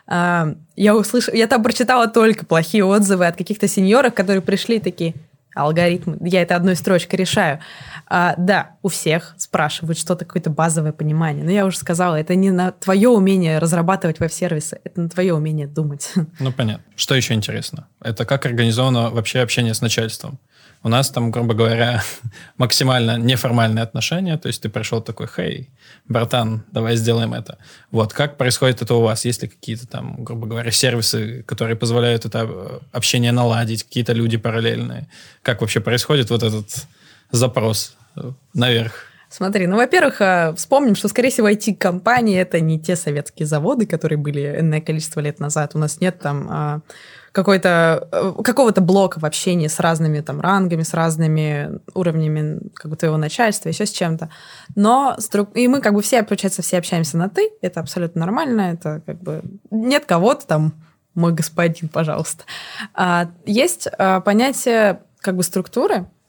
Я услышала, я там прочитала только плохие отзывы от каких-то сеньоров, которые пришли такие: алгоритмы, я это одной строчкой решаю. А, да, у всех спрашивают что-то, какое-то базовое понимание. Но я уже сказала, это не на твое умение разрабатывать веб-сервисы, это на твое умение думать. Ну, понятно. Что еще интересно? Это как организовано вообще общение с начальством. У нас там, грубо говоря, максимально неформальные отношения. То есть ты пришел такой: хей, братан, давай сделаем это. Вот. Как происходит это у вас? Есть ли какие-то там, грубо говоря, сервисы, которые позволяют это общение наладить, какие-то люди параллельные? Как вообще происходит вот этот запрос наверх? Смотри, ну, во-первых, вспомним, что, скорее всего, ай ти-компании — это не те советские заводы, которые были энное количество лет назад. У нас нет там какой-то, какого-то блока в общении с разными там рангами, с разными уровнями как бы твоего начальства, еще с чем-то. Но и мы как бы все, получается, все общаемся на «ты». Это абсолютно нормально. Это как бы нет кого-то там «мой господин, пожалуйста». А есть понятие как бы структуры,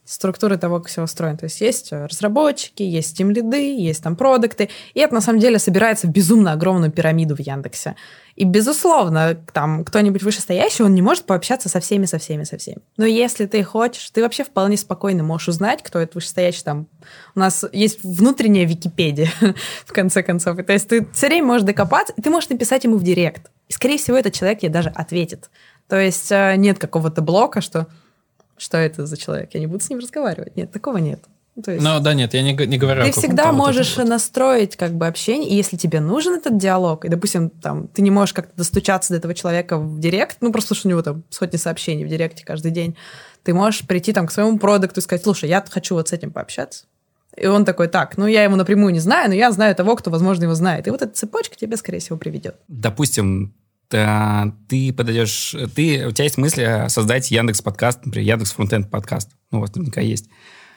структуры того, как все устроено. То есть есть разработчики, есть тимлиды, есть там продукты, и это на самом деле собирается в безумно огромную пирамиду в Яндексе. И, безусловно, там кто-нибудь вышестоящий, он не может пообщаться со всеми, со всеми, со всеми. Но если ты хочешь, ты вообще вполне спокойно можешь узнать, кто это вышестоящий. Там у нас есть внутренняя Википедия, в конце концов. И, то есть ты все время можешь докопаться, и ты можешь написать ему в директ. И, скорее всего, этот человек тебе даже ответит. То есть нет какого-то блока, что что это за человек, я не буду с ним разговаривать. Нет, такого нет. То есть, ну да, нет, я не, не говорю ты всегда можешь вот настроить как бы общение, и если тебе нужен этот диалог, и, допустим, там, ты не можешь как-то достучаться до этого человека в директ, ну, просто потому что у него там сотни сообщений в директе каждый день, ты можешь прийти там к своему продукту и сказать, слушай, я хочу вот с этим пообщаться. И он такой, так, ну, я его напрямую не знаю, но я знаю того, кто, возможно, его знает. И вот эта цепочка тебе, скорее всего, приведет. Допустим, ты подойдешь, ты, у тебя есть мысли создать Яндекс.Подкаст, например, Яндекс Фронтенд подкаст. Ну, у вас наверняка есть.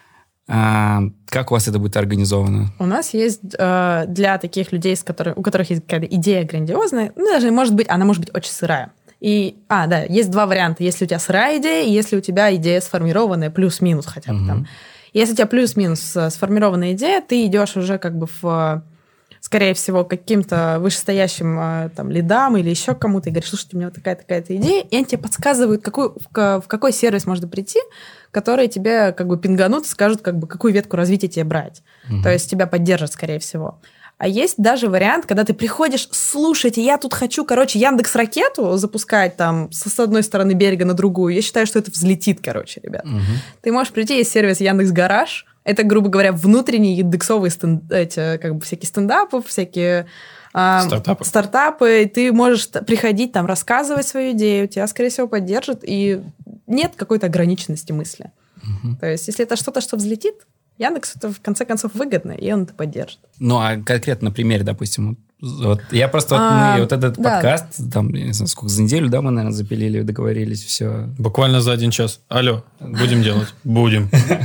А, как у вас это будет организовано? У нас есть э, для таких людей, с которых, у которых есть какая-то идея грандиозная, ну, даже, может быть, она может быть очень сырая. И, а, да, есть два варианта. Если у тебя сырая идея, и если у тебя идея сформированная, плюс-минус хотя бы угу. там. Если у тебя плюс-минус сформированная идея, ты идешь уже как бы в... скорее всего, каким-то вышестоящим там, лидам или еще кому-то, и говоришь, слушайте, у меня вот такая-такая идея, и они тебе подсказывают, какой, в, в какой сервис можно прийти, которые тебе как бы пинганут и скажут, как бы, какую ветку развития тебе брать. Угу. То есть тебя поддержат, скорее всего. А есть даже вариант, когда ты приходишь, слушайте, я тут хочу, короче, Яндекс.Ракету запускать там с одной стороны берега на другую. Я считаю, что это взлетит, короче, ребят. Угу. Ты можешь прийти, есть сервис Яндекс.Гараж. Это, грубо говоря, внутренние индексовые стенд... эти, как бы, всякие стендапы, всякие э, стартапы. стартапы. И ты можешь приходить, там, рассказывать свою идею, тебя, скорее всего, поддержат, и нет какой-то ограниченности мысли. Угу. То есть, если это что-то, что взлетит, Яндекс это, в конце концов, выгодно, и он это поддержит. Ну, а конкретно на примере, допустим, вот я просто вот, а, мы вот этот да. подкаст, там, я не знаю, сколько, за неделю, да, мы, наверное, запилили, договорились, все. Буквально за один час. Алло, будем делать? Будем.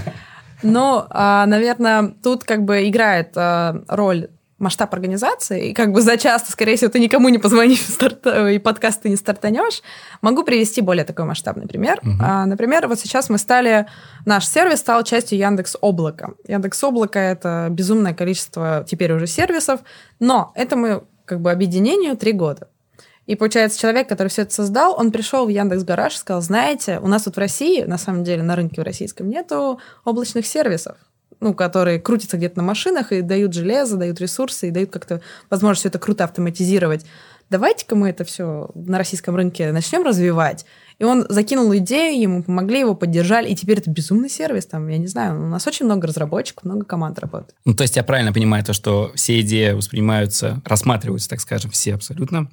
Ну, наверное, тут как бы играет роль масштаб организации, и как бы зачасто, скорее всего, ты никому не позвонишь, и подкаст ты не стартанешь. Могу привести более такой масштабный пример. Uh-huh. А, например, вот сейчас мы стали... Наш сервис стал частью Яндекс.Облака. Яндекс.Облако — это безумное количество теперь уже сервисов, но этому как бы объединению три года. И, получается, человек, который все это создал, он пришел в Яндекс.Гараж и сказал, знаете, у нас тут в России, на самом деле, на рынке в российском нету облачных сервисов, ну, которые крутятся где-то на машинах и дают железо, дают ресурсы, и дают как-то возможность все это круто автоматизировать. Давайте-ка мы это все на российском рынке начнем развивать. И он закинул идею, ему помогли, его поддержали, и теперь это безумный сервис. Там, я не знаю, у нас очень много разработчиков, много команд работает. Ну, то есть я правильно понимаю то, что все идеи воспринимаются, рассматриваются, так скажем, все абсолютно.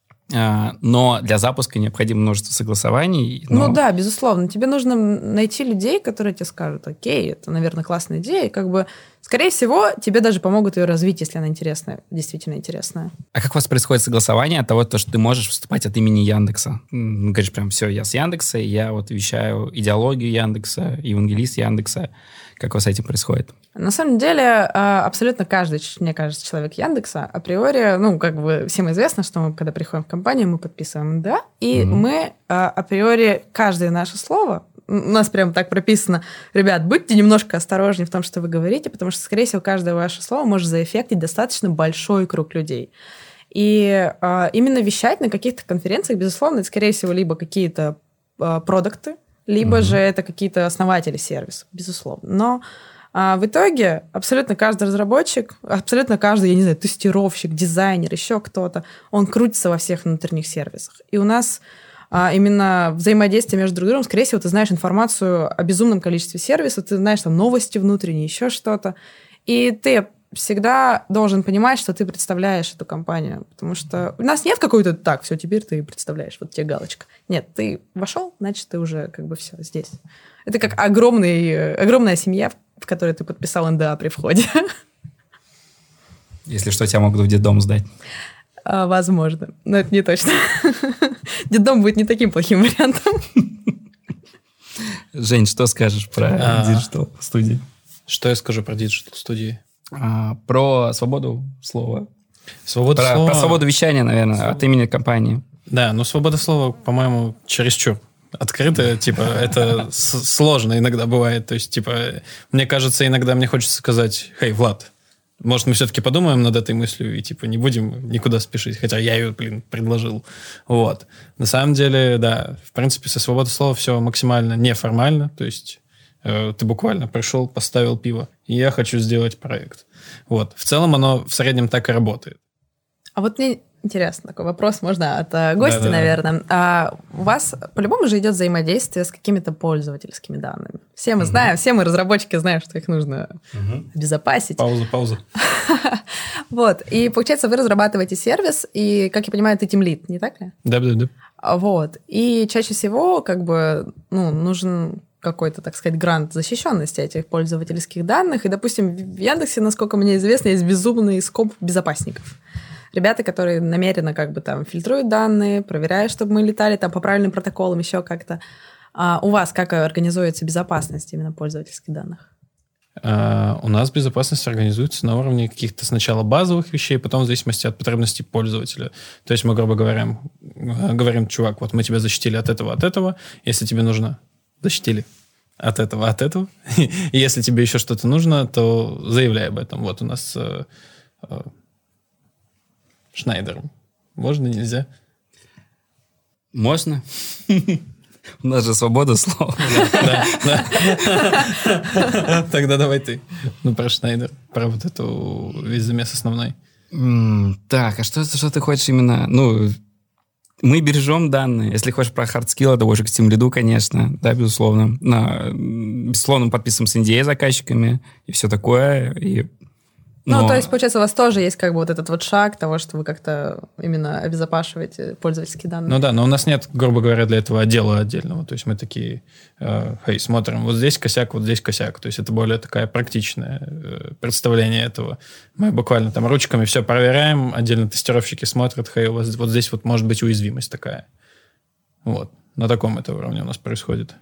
Но для запуска необходимо множество согласований. Но... Ну да, безусловно. Тебе нужно найти людей, которые тебе скажут, окей, это, наверное, классная идея, и как бы, скорее всего, тебе даже помогут ее развить, если она интересная, действительно интересная. А как у вас происходит согласование от того, что ты можешь выступать от имени Яндекса? Ну, говоришь, прям, все, я с Яндекса, я вот вещаю идеологию Яндекса, евангелист Яндекса. Как у вас с этим происходит? На самом деле, абсолютно каждый, мне кажется, человек Яндекса априори, ну, как бы всем известно, что мы, когда приходим в компанию, мы подписываем «да», и mm-hmm. мы априори каждое наше слово, у нас прям так прописано, ребят, будьте немножко осторожнее в том, что вы говорите, потому что, скорее всего, каждое ваше слово может заэффектить достаточно большой круг людей. И а, именно вещать на каких-то конференциях, безусловно, это, скорее всего, либо какие-то а, продукты, либо mm-hmm. же это какие-то основатели сервисов, безусловно. Но а, в итоге абсолютно каждый разработчик, абсолютно каждый, я не знаю, тестировщик, дизайнер, еще кто-то, он крутится во всех внутренних сервисах. И у нас а, именно взаимодействие между друг другом, скорее всего, ты знаешь информацию о безумном количестве сервисов, ты знаешь там новости внутренние, еще что-то. И ты всегда должен понимать, что ты представляешь эту компанию. Потому что у нас нет какой-то так, все, теперь ты представляешь, вот тебе галочка. Нет, ты вошел, значит, ты уже как бы все здесь. Это как огромный, огромная семья, в которой ты подписал эн дэ а при входе. Если что, тебя могут в детдом сдать. А, возможно, но это не точно. Детдом будет не таким плохим вариантом. Жень, что скажешь про Digital студии? Что я скажу про Digital студии? А, про свободу слова. Свобода про, слова... про свободу вещания, наверное, Своб... от имени компании. Да, но свобода слова, по-моему, чересчур открыто, типа, это с- сложно иногда бывает. То есть, типа, мне кажется, иногда мне хочется сказать: «Хей, Влад, может, мы все-таки подумаем над этой мыслью и, типа, не будем никуда спешить», хотя я ее, блин, предложил. Вот. На самом деле, да, в принципе, со свободой слова все максимально неформально, то есть э, ты буквально пришел, поставил пиво, и я хочу сделать проект. Вот. В целом оно в среднем так и работает. А вот мне интересно, такой вопрос можно от э, гостя, Да-да-да. наверное. А у вас по-любому же идет взаимодействие с какими-то пользовательскими данными. Все мы знаем, все мы разработчики знаем, что их нужно обезопасить. Пауза, пауза. Вот. И получается, вы разрабатываете сервис, и, как я понимаю, ты тимлид, не так ли? Да-да-да. А Вот. И чаще всего как бы ну, нужен какой-то, так сказать, грант защищенности этих пользовательских данных. И, допустим, в Яндексе, насколько мне известно, есть безумный скоп безопасников. Ребята, которые намеренно как бы там фильтруют данные, проверяют, чтобы мы летали там по правильным протоколам, еще как-то. А у вас как организуется безопасность именно пользовательских данных? А, у нас безопасность организуется на уровне каких-то сначала базовых вещей, потом в зависимости от потребностей пользователя. То есть мы, грубо говоря, говорим: чувак, вот мы тебя защитили от этого, от этого. Если тебе нужно, защитили от этого, от этого. И если тебе еще что-то нужно, то заявляй об этом. Вот у нас э, э, Шнайдер. Можно, нельзя? Можно? У нас же свобода слова. Да, да. Тогда давай ты. Ну, про Шнайдер, про вот эту весь замес основной. М, Так, а что, что ты хочешь именно? Ну, мы бережем данные. Если хочешь про хардскилл, это больше к тимлиду, конечно, да, безусловно. На, м, безусловно, мы подписываем с эн ди эй заказчиками и все такое. И, Ну, но- то есть, получается, у вас тоже есть как бы вот этот вот шаг того, что вы как-то именно обезопашиваете пользовательские данные. Ну да, но у нас нет, грубо говоря, для этого отдела отдельного. То есть мы такие, э, хей, смотрим, вот здесь косяк, вот здесь косяк. То есть это более такое практичное э, представление этого. Мы буквально там ручками все проверяем, отдельно тестировщики смотрят: хей, у вас вот здесь вот может быть уязвимость такая. Вот. На таком это уровне у нас происходит.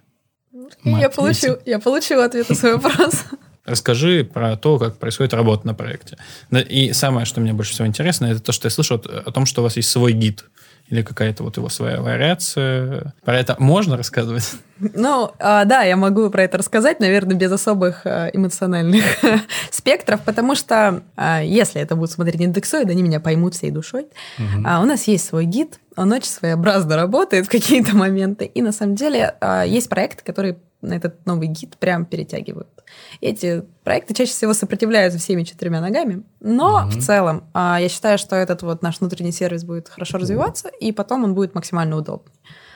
Я Мать, получу, я получила ответ на свой вопрос. Расскажи про то, как происходит работа на проекте. Да, и самое, что мне больше всего интересно, это то, что я слышал о том, что у вас есть свой гид или какая-то вот его своя вариация. Про это можно рассказывать? Ну, а, да, я могу про это рассказать, наверное, без особых а, эмоциональных спектров, потому что а, если это будут смотреть индексоиды, они меня поймут всей душой. Мгм. А у нас есть свой гид, он очень своеобразно работает в какие-то моменты, и на самом деле а, есть проекты, которые на этот новый гид прям перетягивают. Эти проекты чаще всего сопротивляются всеми четырьмя ногами, но Мгм. в целом а, я считаю, что этот вот наш внутренний сервис будет хорошо развиваться, и потом он будет максимально удобный.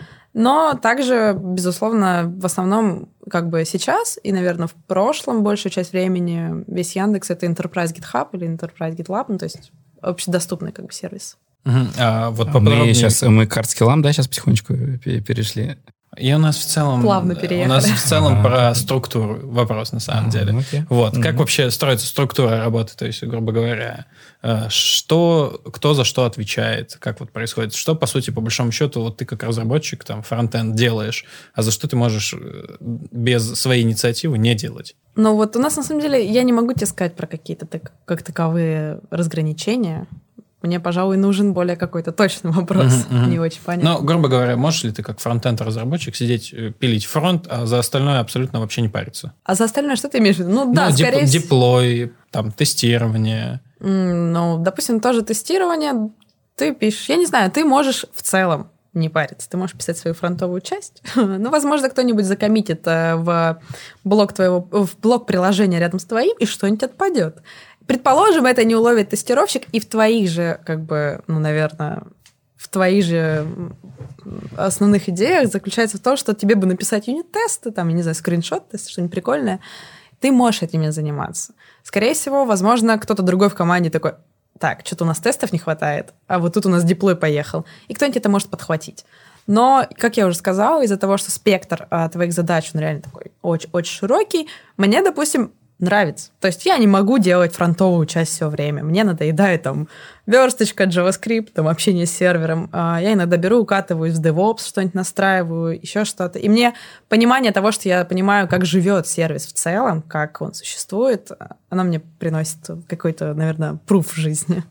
Но также, безусловно, в основном как бы сейчас и, наверное, в прошлом большую часть времени весь Яндекс — это Enterprise GitHub или Enterprise GitLab, ну, то есть общедоступный как бы сервис. Мгм. А вот А поподробнее. мы сейчас мы к хардскиллам, да, сейчас потихонечку пе- перешли. И у нас в целом... Плавно У переехали. нас в целом Ага. про структуру вопрос, на самом Ага, деле. ну окей. Вот. Как Мгм. вообще строится структура работы? То есть, грубо говоря, э, что, кто за что отвечает, как вот происходит? Что, по сути, по большому счету, вот ты как разработчик, там, фронтенд делаешь, а за что ты можешь э, без своей инициативы не делать? Но вот у нас, на самом деле, я не могу тебе сказать про какие-то так, как таковые разграничения. Мне, пожалуй, нужен более какой-то точный вопрос. Мгм, мгм. Не очень понятно. Но, грубо говоря, можешь ли ты как фронтенд-разработчик сидеть, э, пилить фронт, а за остальное абсолютно вообще не париться? А за остальное что ты имеешь в виду? Ну, да, ну, дип- скорее всего. диплой, там, тестирование. М, Ну, допустим, тоже тестирование. Ты пишешь, я не знаю, ты можешь в целом не париться. Ты можешь писать свою фронтовую часть. Ну, возможно, кто-нибудь закоммитит э, в блок твоего, в блок приложения рядом с твоим, и что-нибудь отпадет. Предположим, это не уловит тестировщик, и в твоих же, как бы, ну, наверное, в твоих же м, основных идеях заключается в том, что тебе бы написать юнит-тесты, там, я не знаю, скриншот-тесты, что-нибудь прикольное. Ты можешь этим заниматься. Скорее всего, возможно, кто-то другой в команде такой: так, что-то у нас тестов не хватает, а вот тут у нас диплой поехал. И кто-нибудь это может подхватить. Но, как я уже сказала, из-за того, что спектр а, твоих задач, он реально такой очень, очень широкий, мне, допустим, нравится. То есть я не могу делать фронтовую часть все время. Мне надоедает там версточка, JavaScript, там общение с сервером. А я иногда беру, укатываюсь в DevOps, что-нибудь настраиваю, еще что-то. И мне понимание того, что я понимаю, как живет сервис в целом, как он существует, оно мне приносит какой-то, наверное, пруф в жизни.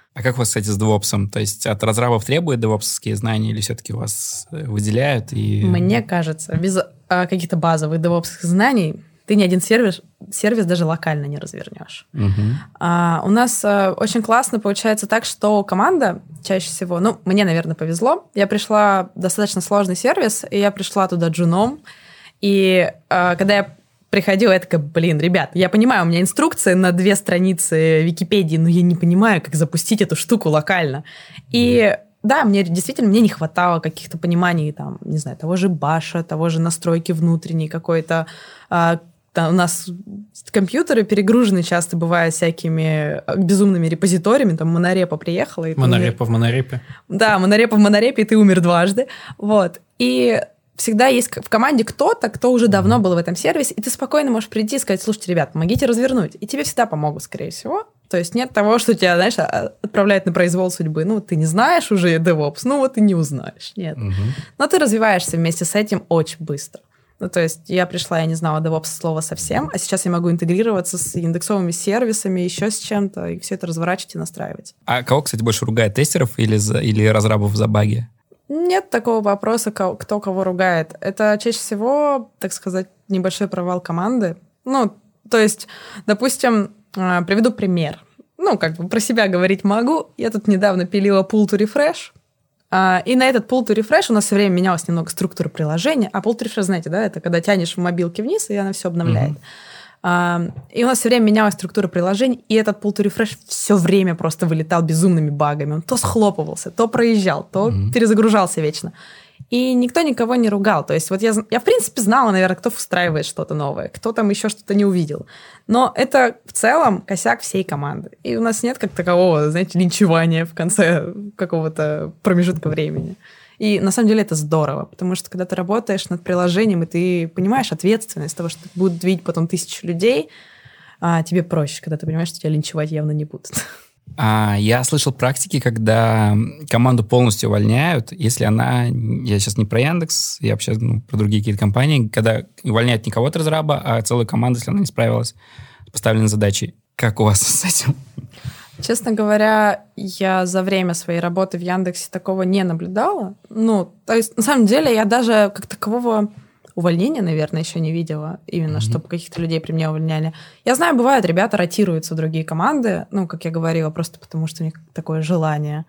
А как у вас, кстати, с девопсом? То есть от разрабов требуют девопсовские знания или все-таки вас выделяют? И... Мне кажется, без а, каких-то базовых девопсовских знаний ты ни один сервис, сервис даже локально не развернешь. Угу. А, у нас а, очень классно получается так, что команда чаще всего... Ну, мне, наверное, повезло. Я пришла в достаточно сложный сервис, и я пришла туда джуном. И а, когда я приходила, я такая, блин, ребят, я понимаю, у меня инструкция на две страницы Википедии, но я не понимаю, как запустить эту штуку локально. И да, мне действительно мне не хватало каких-то пониманий, там, не знаю, того же баша, того же настройки внутренней какой-то. А, там у нас компьютеры перегружены часто бывают всякими безумными репозиториями, там монорепа приехала. И монорепа в монорепе. Да, монорепа в монорепе, и ты умер дважды. Вот. И всегда есть в команде кто-то, кто уже давно был в этом сервисе, и ты спокойно можешь прийти и сказать, слушайте, ребят, помогите развернуть. И тебе всегда помогут, скорее всего. То есть нет того, что тебя, знаешь, отправляют на произвол судьбы. Ну, ты не знаешь уже DevOps, ну вот и не узнаешь. Нет. Угу. Но ты развиваешься вместе с этим очень быстро. Ну, то есть я пришла, я не знала DevOps слова совсем, а сейчас я могу интегрироваться с индексовыми сервисами, еще с чем-то, и все это разворачивать и настраивать. А кого, кстати, больше ругает, тестеров или, за, или разрабов за баги? Нет такого вопроса, кто кого ругает. Это чаще всего, так сказать, небольшой провал команды. Ну, то есть, допустим, приведу пример. Ну, как бы про себя говорить могу. Я тут недавно пилила pull to refresh, и на этот pull to refresh у нас все время менялась немного структура приложения. А pull to refresh, знаете, да, это когда тянешь в мобилке вниз, и она все обновляет. Mm-hmm. И у нас все время менялась структура приложений, и этот pull to refresh все время просто вылетал безумными багами. Он то схлопывался, то проезжал, то mm-hmm. перезагружался вечно. И никто никого не ругал. То есть вот я, я, в принципе, знала, наверное, кто встраивает что-то новое, кто там еще что-то не увидел. Но это в целом косяк всей команды. И у нас нет как такового, знаете, линчевания в конце какого-то промежутка времени. И на самом деле это здорово, потому что когда ты работаешь над приложением, и ты понимаешь ответственность того, что будут видеть потом тысячи людей, тебе проще, когда ты понимаешь, что тебя линчевать явно не будут. А, я слышал практики, когда команду полностью увольняют, если она, я сейчас не про Яндекс, я вообще ну, про другие какие-то компании, когда увольняют не кого-то разраба, а целую команду, если она не справилась с поставленной задачей. Как у вас с этим? Честно говоря, я за время своей работы в Яндексе такого не наблюдала. Ну, то есть, на самом деле, я даже как такового увольнения, наверное, еще не видела, именно, mm-hmm. чтобы каких-то людей при мне увольняли. Я знаю, бывает, ребята ротируются в другие команды, ну, как я говорила, просто потому что у них такое желание.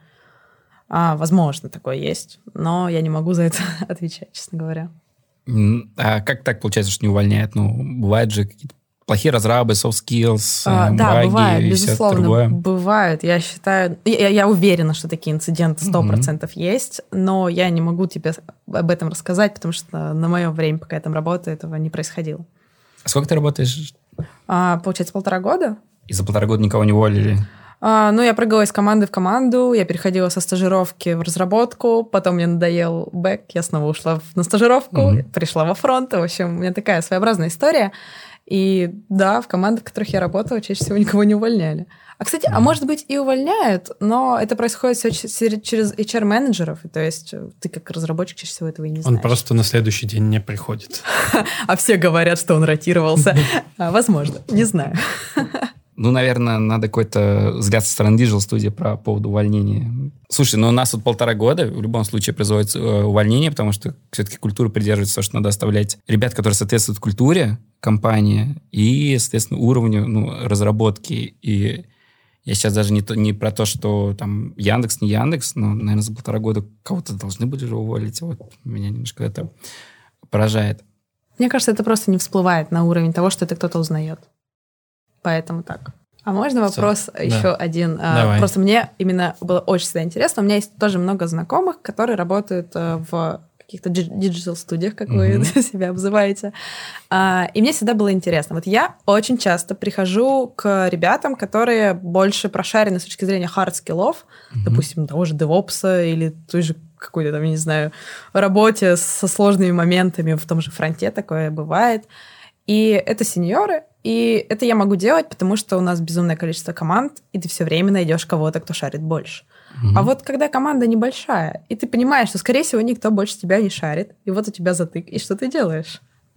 А, возможно, такое есть, но я не могу за это отвечать, честно говоря. А как так получается, что не увольняют? Ну, бывают же какие-то плохие разрабы, soft skills, а, баги да, бывает, и безусловно, все другое. Бывают. Я считаю, я, я уверена, что такие инциденты сто процентов mm-hmm. есть, но я не могу тебе об этом рассказать, потому что на мое время, пока я там работаю, этого не происходило. А сколько ты работаешь? А, получается, полтора года. И за полтора года никого не уволили? А, ну, я прыгала из команды в команду, я переходила со стажировки в разработку, потом мне надоел бэк, я снова ушла на стажировку, mm-hmm. пришла во фронт. В общем, у меня такая своеобразная история. И да, в командах, в которых я работала, чаще всего никого не увольняли. А, кстати, mm-hmm. а может быть и увольняют, но это происходит все через эйч ар-менеджеров, то есть ты как разработчик чаще всего этого и не знаешь. Он просто на следующий день не приходит. А все говорят, что он ротировался. Возможно, не знаю. Ну, наверное, надо какой-то взгляд со стороны Digital Studio про поводу увольнения. Слушай, ну у нас тут полтора года в любом случае производится э, увольнение, потому что все-таки культура придерживается того, что надо оставлять ребят, которые соответствуют культуре компании и, соответственно, уровню ну, разработки. И я сейчас даже не, то, не про то, что там Яндекс, не Яндекс, но, наверное, за полтора года кого-то должны были же уволить. Вот меня немножко это поражает. Мне кажется, это просто не всплывает на уровень того, что это кто-то узнает. Поэтому так. А можно вопрос Все. еще да. один? Давай. Просто мне именно было очень всегда интересно. У меня есть тоже много знакомых, которые работают в каких-то диджитал-студиях, как mm-hmm. вы себя обзываете. И мне всегда было интересно. Вот я очень часто прихожу к ребятам, которые больше прошарены с точки зрения хард-скиллов, mm-hmm. допустим, того же DevOps или той же какой-то там, я не знаю, работе со сложными моментами в том же фронте, такое бывает. И это сеньоры, и это я могу делать, потому что у нас безумное количество команд, и ты все время найдешь кого-то, кто шарит больше. Mm-hmm. А вот когда команда небольшая, и ты понимаешь, что, скорее всего, никто больше тебя не шарит, и вот у тебя затык, и что ты делаешь?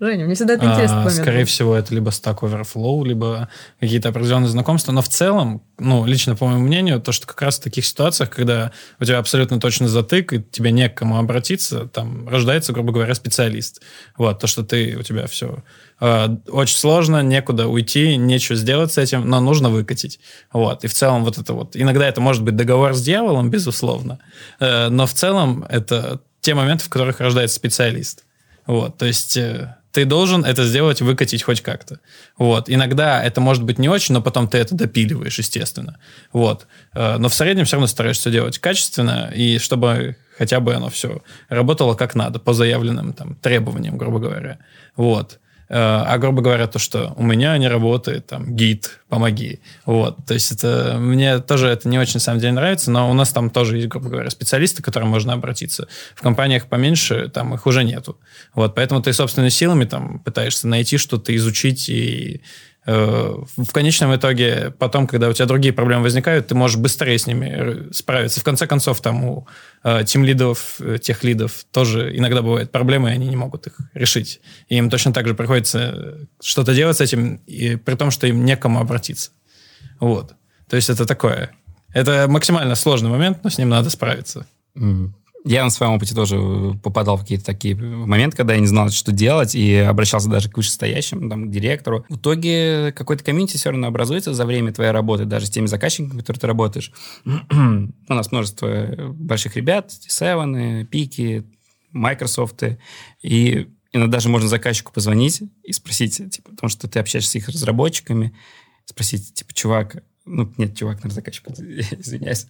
Женя, мне всегда это интересно. А, скорее всего, это либо Stack Overflow, либо какие-то определенные знакомства. Но в целом, ну, лично по моему мнению, то, что как раз в таких ситуациях, когда у тебя абсолютно точно затык, и тебе не к кому обратиться, там рождается, грубо говоря, специалист. Вот, то, что ты, у тебя все э, очень сложно, некуда уйти, нечего сделать с этим, но нужно выкатить. Вот, и в целом вот это вот... Иногда это может быть договор с дьяволом, безусловно, э, но в целом это те моменты, в которых рождается специалист. Вот, то есть... Э, ты должен это сделать, выкатить хоть как-то. Вот. Иногда это может быть не очень, но потом ты это допиливаешь, естественно. Вот. Но в среднем все равно стараешься делать качественно, и чтобы хотя бы оно все работало как надо, по заявленным там, требованиям, грубо говоря. Вот. А, грубо говоря, то, что у меня не работает, там, гид, помоги. Вот. То есть это, мне тоже это не очень, на самом деле, нравится, но у нас там тоже есть, грубо говоря, специалисты, к которым можно обратиться. В компаниях поменьше, там их уже нету. Вот. Поэтому ты собственными силами там пытаешься найти что-то, изучить, и э, в конечном итоге потом, когда у тебя другие проблемы возникают, ты можешь быстрее с ними справиться. В конце концов, там у э, тимлидов, э, техлидов тоже иногда бывают проблемы, и они не могут их решить. И им точно так же приходится что-то делать с этим, и при том, что им некому обратиться. Вот. То есть это такое. Это максимально сложный момент, но с ним надо справиться. Mm. Я на своем опыте тоже попадал в какие-то такие моменты, когда я не знал, что делать, и обращался даже к вышестоящим, там, к директору. В итоге какой-то комьюнити все равно образуется за время твоей работы, даже с теми заказчиками, которые ты работаешь. У нас множество больших ребят, ти севен, Пики, Microsoft, и иногда даже можно заказчику позвонить и спросить, типа, потому что ты общаешься с их разработчиками, спросить, типа, чувак, ну, нет, чувак, наверное, заказчик, извиняюсь.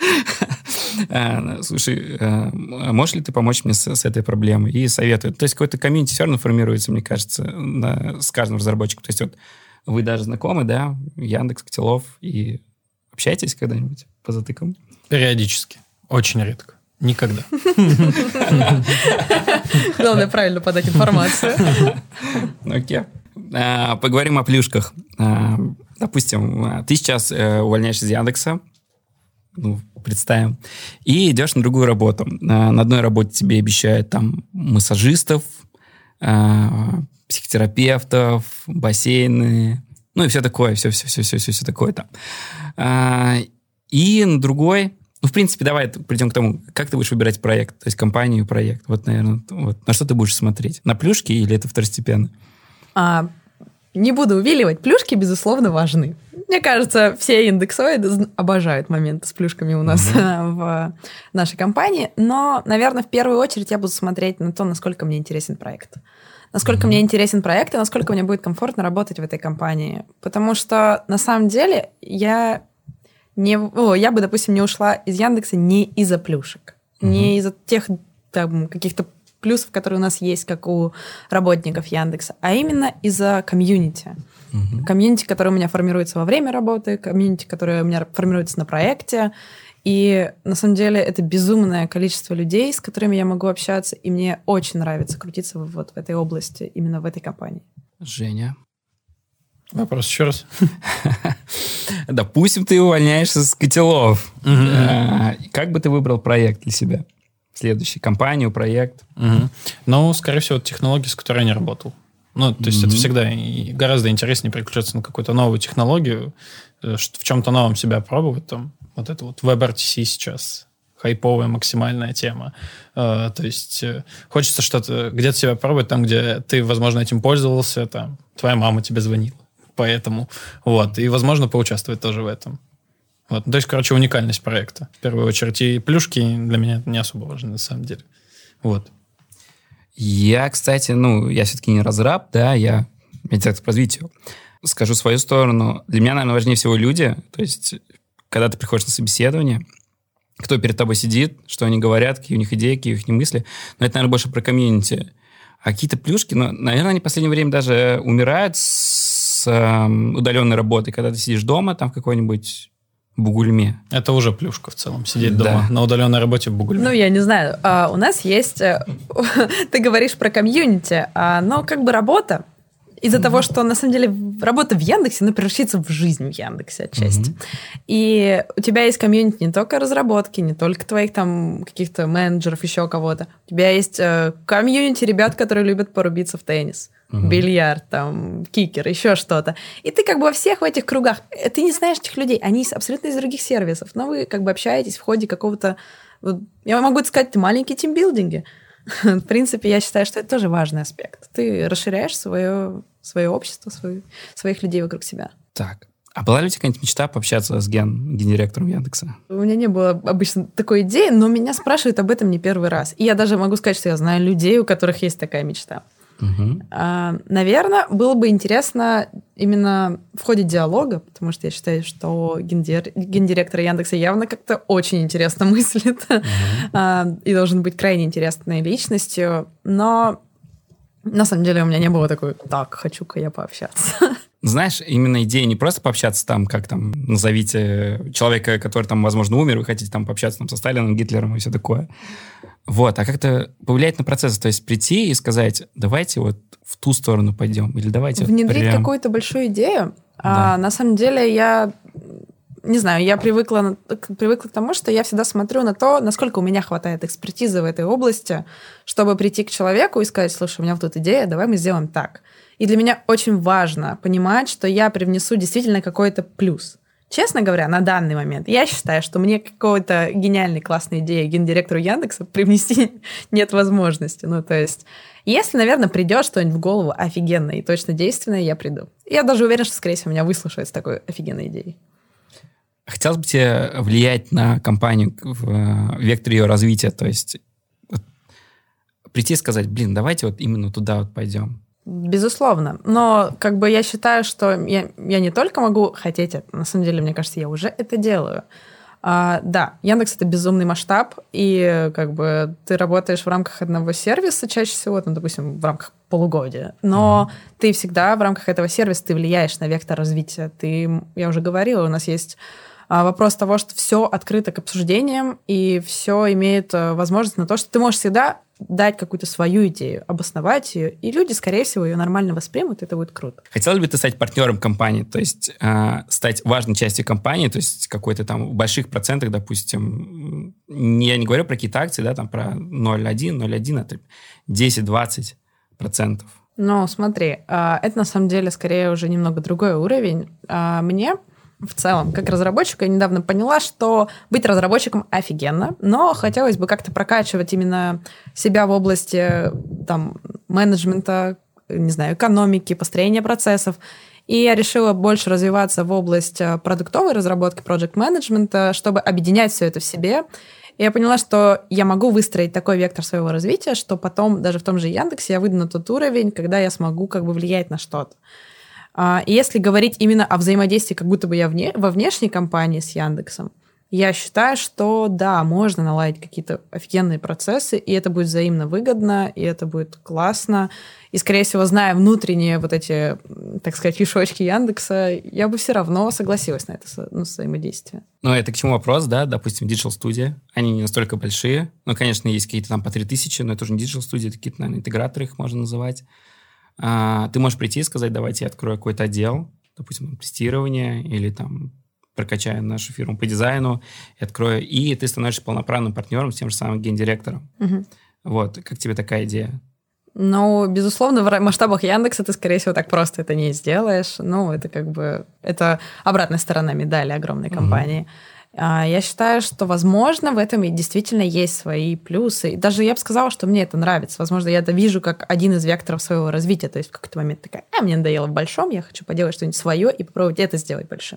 Слушай, можешь ли ты помочь мне с, с этой проблемой? И советуют. То есть какой-то комьюнити все равно формируется, мне кажется, на, с каждым разработчиком. То есть вот вы даже знакомы, да, Яндекс, Котелов, и общаетесь когда-нибудь по затыкам? Периодически. Очень редко. Никогда. Главное правильно подать информацию. Окей. Поговорим о плюшках. Допустим, ты сейчас увольняешься из Яндекса, ну, представим, и идешь на другую работу. На одной работе тебе обещают там массажистов, психотерапевтов, бассейны, ну и все такое, все-все-все-все-все такое там. И на другой, ну, в принципе, давай придем к тому, как ты будешь выбирать проект, то есть компанию и проект. Вот, наверное, вот. На что ты будешь смотреть? На плюшки или это второстепенно? А, не буду увиливать, плюшки, безусловно, важны. Мне кажется, все индексоиды обожают моменты с плюшками у нас mm-hmm. в нашей компании, но, наверное, в первую очередь я буду смотреть на то, насколько мне интересен проект. Насколько mm-hmm. мне интересен проект и насколько мне будет комфортно работать в этой компании. Потому что, на самом деле, я, не, о, я бы, допустим, не ушла из Яндекса не из-за плюшек, mm-hmm. не из-за тех там, каких-то плюсов, которые у нас есть, как у работников Яндекса, а именно из-за комьюнити. Uh-huh. Комьюнити, которое у меня формируется во время работы, комьюнити, которое у меня формируется на проекте. И на самом деле это безумное количество людей, с которыми я могу общаться, и мне очень нравится крутиться вот в этой области, именно в этой компании. Женя. Вопрос еще раз. Допустим, ты увольняешься с Котелов. Как бы ты выбрал проект для себя? Следующий, компанию, проект. Угу. Ну, скорее всего, технологии, с которой я не работал. Ну, то есть mm-hmm. это всегда гораздо интереснее переключаться на какую-то новую технологию, в чем-то новом себя пробовать. Там, вот это вот WebRTC сейчас хайповая максимальная тема. То есть хочется что-то где-то себя пробовать, там, где ты, возможно, этим пользовался, там, твоя мама тебе звонила. Поэтому, вот, и, возможно, поучаствовать тоже в этом. Вот. То есть, короче, уникальность проекта. В первую очередь. И плюшки для меня не особо важны, на самом деле. Вот. Я, кстати, ну, я все-таки не разраб, да, я директор по развитию. Скажу свою сторону. Для меня, наверное, важнее всего люди. То есть, когда ты приходишь на собеседование, кто перед тобой сидит, что они говорят, какие у них идеи, какие у них мысли. Но это, наверное, больше про комьюнити. А какие-то плюшки, ну, наверное, они в последнее время даже умирают с э, удаленной работой, когда ты сидишь дома, там, в какой-нибудь Бугульме. Это уже плюшка в целом, сидеть да. дома на удаленной работе в Бугульме. Ну, я не знаю. А, у нас есть... Ты говоришь про комьюнити, а, но как бы работа, из-за mm-hmm. того, что на самом деле работа в Яндексе, она превращается в жизнь в Яндексе отчасти. Mm-hmm. И у тебя есть комьюнити не только разработки, не только твоих там каких-то менеджеров, еще кого-то. У тебя есть э, комьюнити ребят, которые любят порубиться в теннис. угу. бильярд, там, кикер, еще что-то. И ты как бы во всех в этих кругах, ты не знаешь этих людей, они абсолютно из других сервисов, но вы как бы общаетесь в ходе какого-то, вот, я могу сказать, ты маленький тимбилдинги. В принципе, я считаю, что это тоже важный аспект. Ты расширяешь свое, свое общество, свое, своих людей вокруг себя. Так. А была ли у тебя какая-нибудь мечта пообщаться с ген, гендиректором Яндекса? У меня не было обычно такой идеи, но меня спрашивают об этом не первый раз. И я даже могу сказать, что я знаю людей, у которых есть такая мечта. Угу. А, наверное, было бы интересно именно в ходе диалога, потому что я считаю, что гендир... гендиректор Яндекса явно как-то очень интересно мыслит угу. а, и должен быть крайне интересной личностью. Но на самом деле у меня не было такой, так, хочу-ка я пообщаться. Знаешь, именно идея не просто пообщаться там, как там, назовите человека, который там, возможно, умер, вы хотите там пообщаться там, со Сталином, Гитлером и все такое. Вот, а как-то повлиять на процесс, то есть прийти и сказать, давайте вот в ту сторону пойдем, или давайте... Внедрить вот прям... какую-то большую идею. Да. А, на самом деле я... Не знаю, я привыкла, привыкла к тому, что я всегда смотрю на то, насколько у меня хватает экспертизы в этой области, чтобы прийти к человеку и сказать, слушай, у меня вот тут идея, давай мы сделаем так. И для меня очень важно понимать, что я привнесу действительно какой-то плюс. Честно говоря, на данный момент я считаю, что мне какой-то гениальной, классной идеи гендиректору Яндекса привнести нет возможности. Ну, то есть, если, наверное, придет что-нибудь в голову офигенное и точно действенное, я приду. Я даже уверена, что, скорее всего, меня выслушают с такой офигенной идеей. Хотелось бы тебе влиять на компанию в векторе ее развития, то есть вот, прийти и сказать, блин, давайте вот именно туда вот пойдем. Безусловно. Но как бы я считаю, что я, я не только могу хотеть это, на самом деле, мне кажется, я уже это делаю. А, да, Яндекс — это безумный масштаб, и как бы ты работаешь в рамках одного сервиса чаще всего, там, допустим, в рамках полугодия, но mm-hmm. ты всегда в рамках этого сервиса ты влияешь на вектор развития. Ты, я уже говорила, у нас есть вопрос того, что все открыто к обсуждениям, и все имеет возможность на то, что ты можешь всегда дать какую-то свою идею, обосновать ее, и люди, скорее всего, ее нормально воспримут, и это будет круто. Хотел бы ты стать партнером компании, то есть э, стать важной частью компании, то есть какой-то там в больших процентах, допустим, не, я не говорю про какие-то акции, да, там про ноль целых один, ноль целых один, это десять-двадцать процентов. Ну, смотри, это на самом деле скорее уже немного другой уровень. Мне в целом, как разработчику, я недавно поняла, что быть разработчиком офигенно, но хотелось бы как-то прокачивать именно себя в области там, менеджмента, не знаю, экономики, построения процессов. И я решила больше развиваться в область продуктовой разработки, проект-менеджмента, чтобы объединять все это в себе. И я поняла, что я могу выстроить такой вектор своего развития, что потом даже в том же Яндексе я выйду на тот уровень, когда я смогу как бы влиять на что-то. И если говорить именно о взаимодействии, как будто бы я вне, во внешней компании с Яндексом, я считаю, что да, можно наладить какие-то офигенные процессы, и это будет взаимно выгодно, и это будет классно. И, скорее всего, зная внутренние вот эти, так сказать, фишочки Яндекса, я бы все равно согласилась на это ну, взаимодействие. Ну, это к чему вопрос, да? Допустим, Digital Studio. Они не настолько большие. Ну, конечно, есть какие-то там по три тысячи, но это уже не Digital Studio, это какие-то, наверное, интеграторы их можно называть. А, ты можешь прийти и сказать, давайте я открою какой-то отдел, допустим, тестирование или там прокачаю нашу фирму по дизайну, и открою, и ты становишься полноправным партнером с тем же самым гендиректором. Угу. Вот, как тебе такая идея? Ну, безусловно, в масштабах Яндекса ты, скорее всего, так просто это не сделаешь. Ну, это как бы... Это обратная сторона медали огромной компании. Угу. Я считаю, что, возможно, в этом и действительно есть свои плюсы. И даже я бы сказала, что мне это нравится. Возможно, я это вижу как один из векторов своего развития. То есть в какой-то момент такая, а, мне надоело в большом, я хочу поделать что-нибудь свое и попробовать это сделать большим.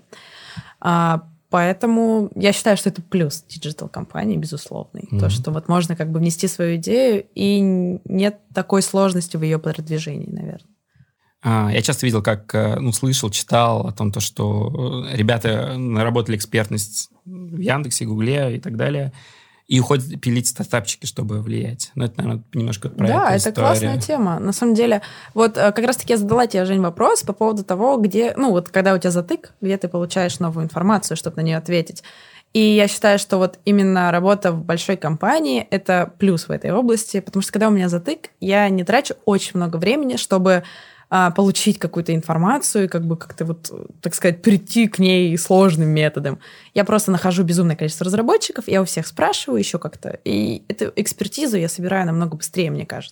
А, поэтому я считаю, что это плюс диджитал-компании, безусловный. Mm-hmm. То, что вот можно как бы внести свою идею, и нет такой сложности в ее продвижении, наверное. Я часто видел, как, ну, слышал, читал о том, то, что ребята наработали экспертность в Яндексе, Гугле и так далее, и уходят пилить стартапчики, чтобы влиять. Ну, это, наверное, немножко про да, эту это классная тема. На самом деле, вот как раз-таки я задала тебе, Жень, вопрос по поводу того, где, ну, вот когда у тебя затык, где ты получаешь новую информацию, чтобы на нее ответить. И я считаю, что вот именно работа в большой компании – это плюс в этой области, потому что когда у меня затык, я не трачу очень много времени, чтобы получить какую-то информацию и как бы как-то вот, так сказать, прийти к ней сложным методом. Я просто нахожу безумное количество разработчиков, я у всех спрашиваю еще как-то, и эту экспертизу я собираю намного быстрее, мне кажется.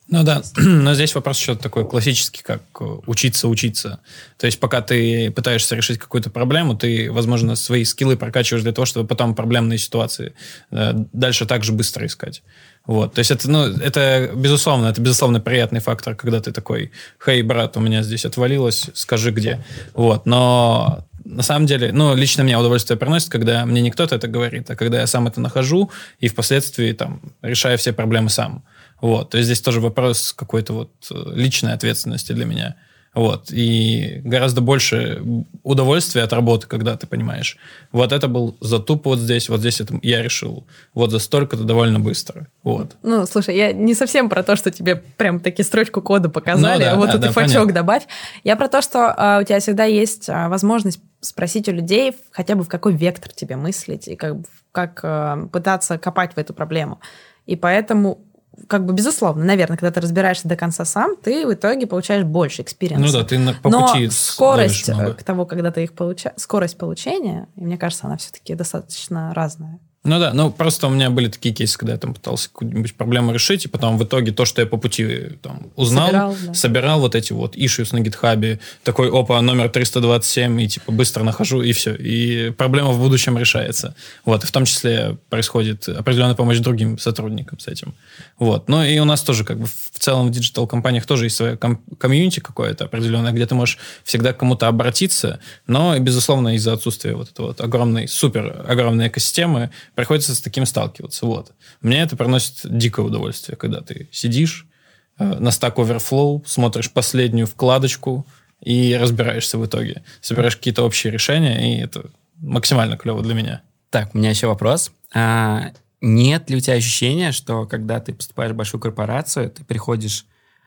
Ну да, но здесь вопрос еще такой классический, как учиться-учиться. То есть пока ты пытаешься решить какую-то проблему, ты, возможно, свои скиллы прокачиваешь для того, чтобы потом проблемные ситуации дальше так же быстро искать. Вот. То есть это, ну, это безусловно, это безусловно приятный фактор, когда ты такой: «Хей, брат, у меня здесь отвалилось, скажи где». Вот. Но на самом деле, ну, лично мне удовольствие приносит, когда мне не кто-то это говорит, а когда я сам это нахожу и впоследствии там решаю все проблемы сам. Вот. То есть здесь тоже вопрос какой-то вот личной ответственности для меня. Вот. И гораздо больше удовольствия от работы, когда ты понимаешь, вот это был затуп вот здесь, вот здесь это я решил. Вот за столько-то довольно быстро. Вот. Ну, слушай, я не совсем про то, что тебе прям таки строчку кода показали, ну, да, вот да, тут да, и фачок понятно. добавь. Я про то, что а, у тебя всегда есть а, возможность спросить у людей хотя бы в какой вектор тебе мыслить и как, как а, пытаться копать в эту проблему. И поэтому... Как бы, безусловно, наверное, когда ты разбираешься до конца сам, ты в итоге получаешь больше экспириенса. Ну да, ты на, по Но пути скорость много. к того, когда ты их получаешь, скорость получения, и мне кажется, она все-таки достаточно разная. Ну да, ну просто у меня были такие кейсы, когда я там пытался какую-нибудь проблему решить, и потом в итоге то, что я по пути там узнал, собирал, да. собирал вот эти вот issues на гитхабе, такой, опа, номер триста двадцать семь, и типа быстро нахожу, и все. И проблема в будущем решается. Вот, и в том числе происходит определенная помощь другим сотрудникам с этим. Вот. Ну и у нас тоже как бы в целом в диджитал-компаниях тоже есть свое ком- комьюнити какое-то определенное, где ты можешь всегда к кому-то обратиться, но, и, безусловно, из-за отсутствия вот этой вот огромной, супер огромной экосистемы приходится с таким сталкиваться. Вот. Мне это приносит дикое удовольствие, когда ты сидишь э, на Stack Overflow, смотришь последнюю вкладочку и разбираешься в итоге. Собираешь какие-то общие решения, и это максимально клево для меня. Так, у меня еще вопрос. А, нет ли у тебя ощущения, что когда ты поступаешь в большую корпорацию, ты приходишь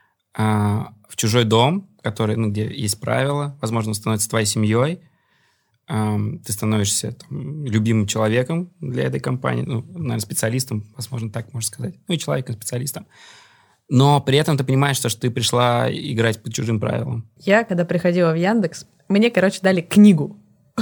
а, в чужой дом, который, ну, где есть правила, возможно, становится твоей семьей, ты становишься там любимым человеком для этой компании, ну, наверное, специалистом, возможно, так можно сказать, ну, и человеком-специалистом. Но при этом ты понимаешь, что ты пришла играть по чужим правилам. Я, когда приходила в Яндекс, мне, короче, дали книгу.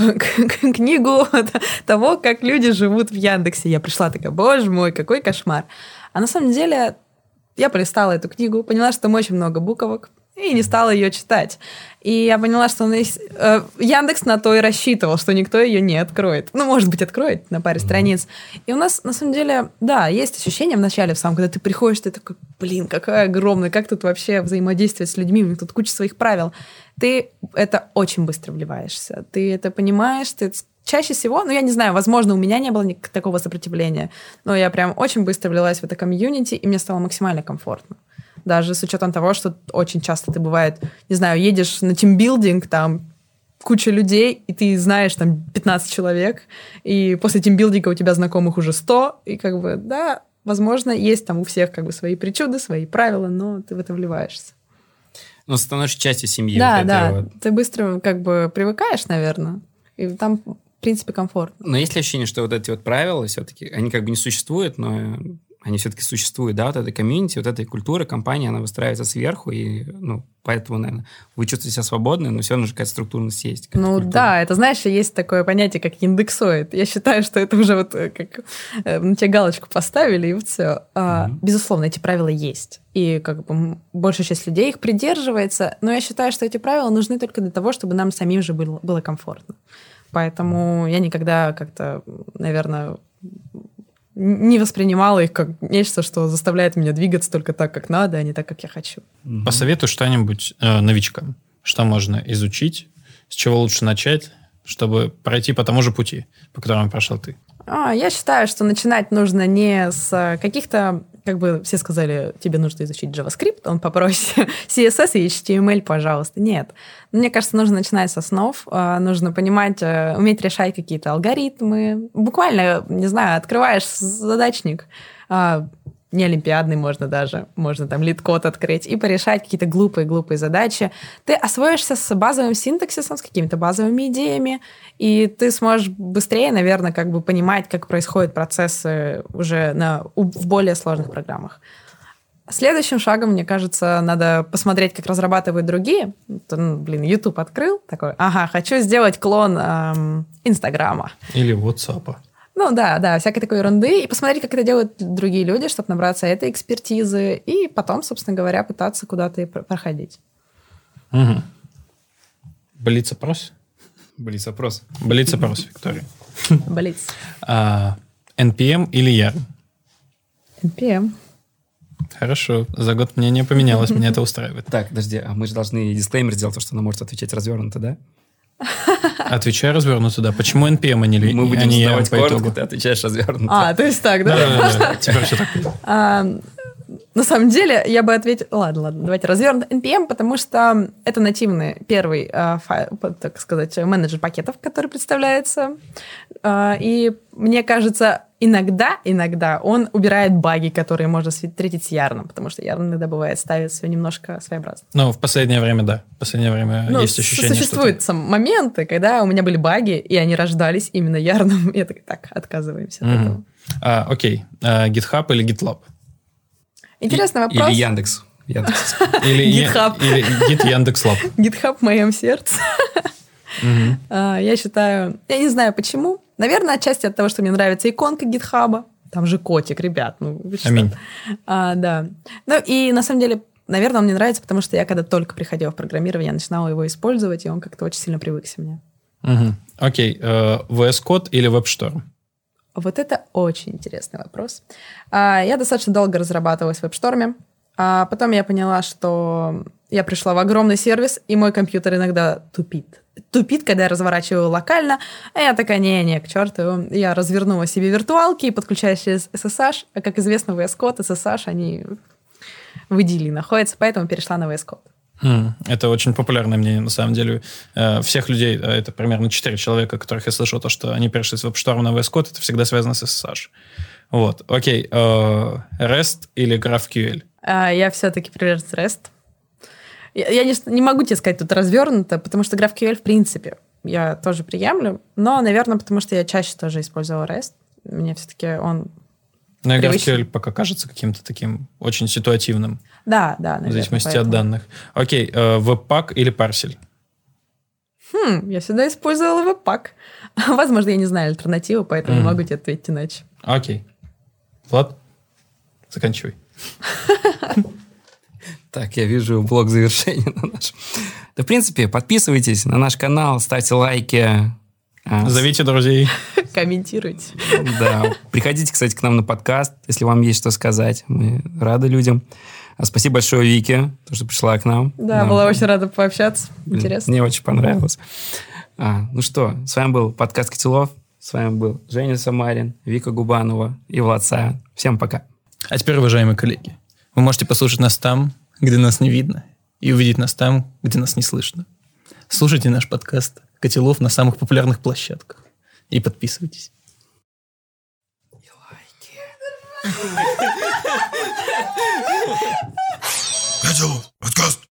Книгу того, как люди живут в Яндексе. Я пришла такая: боже мой, какой кошмар. А на самом деле я полистала эту книгу, поняла, что там очень много буквок, и не стала ее читать. И я поняла, что э, Яндекс на то и рассчитывал, что никто ее не откроет. Ну, может быть, откроет на паре mm-hmm. страниц. И у нас, на самом деле, да, есть ощущение в начале, в самом, когда ты приходишь, ты такой: блин, какая огромная, как тут вообще взаимодействовать с людьми, у них тут куча своих правил. Ты это очень быстро вливаешься. Ты это понимаешь, ты чаще всего, ну, я не знаю, возможно, у меня не было такого сопротивления, но я прям очень быстро влилась в это комьюнити, и мне стало максимально комфортно. Даже с учетом того, что очень часто ты, бывает, не знаю, едешь на тимбилдинг, там куча людей, и ты знаешь там пятнадцать человек, и после тимбилдинга у тебя знакомых уже сто, и как бы, да, возможно, есть там у всех как бы свои причуды, свои правила, но ты в это вливаешься. Ну, становишься частью семьи. Да, вот да, вот. Ты быстро как бы привыкаешь, наверное, и там, в принципе, комфортно. Но есть ли ощущение, что вот эти вот правила все-таки, они как бы не существуют, но они все-таки существуют, да, вот этой комьюнити, вот этой культуры, компания, она выстраивается сверху, и, ну, поэтому, наверное, вы чувствуете себя свободны, но все равно же какая-то структурность есть. Ну культура. Да, это, знаешь, есть такое понятие, как индексоид. Я считаю, что это уже вот как на тебе галочку поставили, и вот все. Mm-hmm. Безусловно, эти правила есть. И как бы большая часть людей их придерживается, но я считаю, что эти правила нужны только для того, чтобы нам самим же было, было комфортно. Поэтому я никогда как-то, наверное, не воспринимала их как нечто, что заставляет меня двигаться только так, как надо, а не так, как я хочу. Посоветуй что-нибудь э, новичкам. Что можно изучить, с чего лучше начать, чтобы пройти по тому же пути, по которому прошел ты? А, я считаю, что начинать нужно не с каких-то, как бы все сказали, тебе нужно изучить JavaScript, он попросит си эс эс и эйч ти эм эль, пожалуйста. Нет. Мне кажется, нужно начинать с основ, нужно понимать, уметь решать какие-то алгоритмы. Буквально, не знаю, открываешь задачник, не олимпиадный можно даже, можно там лид-код открыть и порешать какие-то глупые-глупые задачи. Ты освоишься с базовым синтаксисом, с какими-то базовыми идеями, и ты сможешь быстрее, наверное, как бы понимать, как происходят процессы уже на, в более сложных программах. Следующим шагом, мне кажется, надо посмотреть, как разрабатывают другие. Ну, блин, YouTube открыл, такой: ага, хочу сделать клон эм, Инстаграма. Или WhatsApp. Ну да, да, всякой такой ерунды. И посмотреть, как это делают другие люди, чтобы набраться этой экспертизы. И потом, собственно говоря, пытаться куда-то и проходить. Угу. Блиц-опрос? Блиц-опрос. Блиц-опрос, Виктория. Блиц. А, эн пи эм или ярн? эн пи эм. Хорошо. За год мнение поменялось, меня это устраивает. Так, подожди, а мы же должны дисклеймер сделать, то, что она может отвечать развернуто, да? Отвечаю развернуто, да. Почему эн пи эм, а не Мы будем а не ярн задавать по коротко, итогу? ты отвечаешь развернуто. А, то есть так, да? Да-да-да, теперь все так. А, на самом деле, я бы ответила... Ладно, ладно, давайте развернуто. эн пи эм, потому что это нативный первый, а, файл, так сказать, менеджер пакетов, который представляется. А, и мне кажется, иногда, иногда он убирает баги, которые можно встретить с ярном, потому что ярн иногда бывает ставит все немножко своеобразно. Ну, в последнее время, да. В последнее время Ну, есть ощущение, существуют что... моменты, когда у меня были баги, и они рождались именно ярном. И я такая, так, отказываемся от Мгм. этого. А, окей. А, GitHub или GitLab? Интересный вопрос. Или Яндекс. Яндекс. Или Я- GitHub. Или Git Яндекс.Лаб. GitHub в моем сердце. Мгм. А, Я считаю... Я не знаю, почему. Наверное, отчасти от того, что мне нравится иконка GitHub. Там же котик, ребят. Ну, вы что? Аминь. А, да. Ну, и на самом деле, наверное, он мне нравится, потому что я, когда только приходила в программирование, я начинала его использовать, и он как-то очень сильно привыкся мне. Мгм. Окей. э, ви эс Code или WebStorm? Вот это очень интересный вопрос. А, Я достаточно долго разрабатывалась в WebStorm, а потом я поняла, что я пришла в огромный сервис, и мой компьютер иногда тупит. Тупит, когда я разворачиваю локально, а я такая, не-не, к черту. Я развернула себе виртуалки и подключаюсь через эс эс эйч, а, как известно, ви эс Code, эс эс эйч, они в идиллии находятся, поэтому перешла на ви эс Code. М, Это очень популярное мнение, на самом деле. Э, Всех людей, а это примерно четыре человека, которых я слышал, то, что они перешли с WebStorm на ви эс Code, это всегда связано с эс эс эйч. Вот, окей. э, REST или GraphQL? А, Я все-таки приверженец REST. Я я не, с- не могу тебе сказать тут развернуто, потому что GraphQL, в принципе, я тоже приемлю, но, наверное, потому что я чаще тоже использовала REST. Мне все-таки он... Ну, и Привычно. GraphQL пока кажется каким-то таким очень ситуативным, Да, да, наверное. в зависимости поэтому. от данных. Окей, э, Webpack или парсель? Хм, я всегда использовала веб-пак. Возможно, я не знаю альтернативу, поэтому не Мгм. могу тебе ответить иначе. Окей. Влад, заканчивай. Так, я вижу блок завершения на наш. Да, в принципе, подписывайтесь на наш канал, ставьте лайки. а, с- Зовите друзей. Комментируйте. Да, приходите, кстати, к нам на подкаст, если вам есть что сказать. Мы рады людям. А Спасибо большое Вике, то, что пришла к нам. Да, Нам, была очень рада пообщаться. блин, Интересно. Мне очень понравилось. А, ну что, с вами был подкаст Котелов. С вами был Женя Самарин, Вика Губанова и Влад Савин. Всем пока. А теперь, уважаемые коллеги, вы можете послушать нас там, где нас не видно, и увидеть нас там, где нас не слышно. Слушайте наш подкаст «Котелов» на самых популярных площадках. И подписывайтесь. Котелов, подкаст.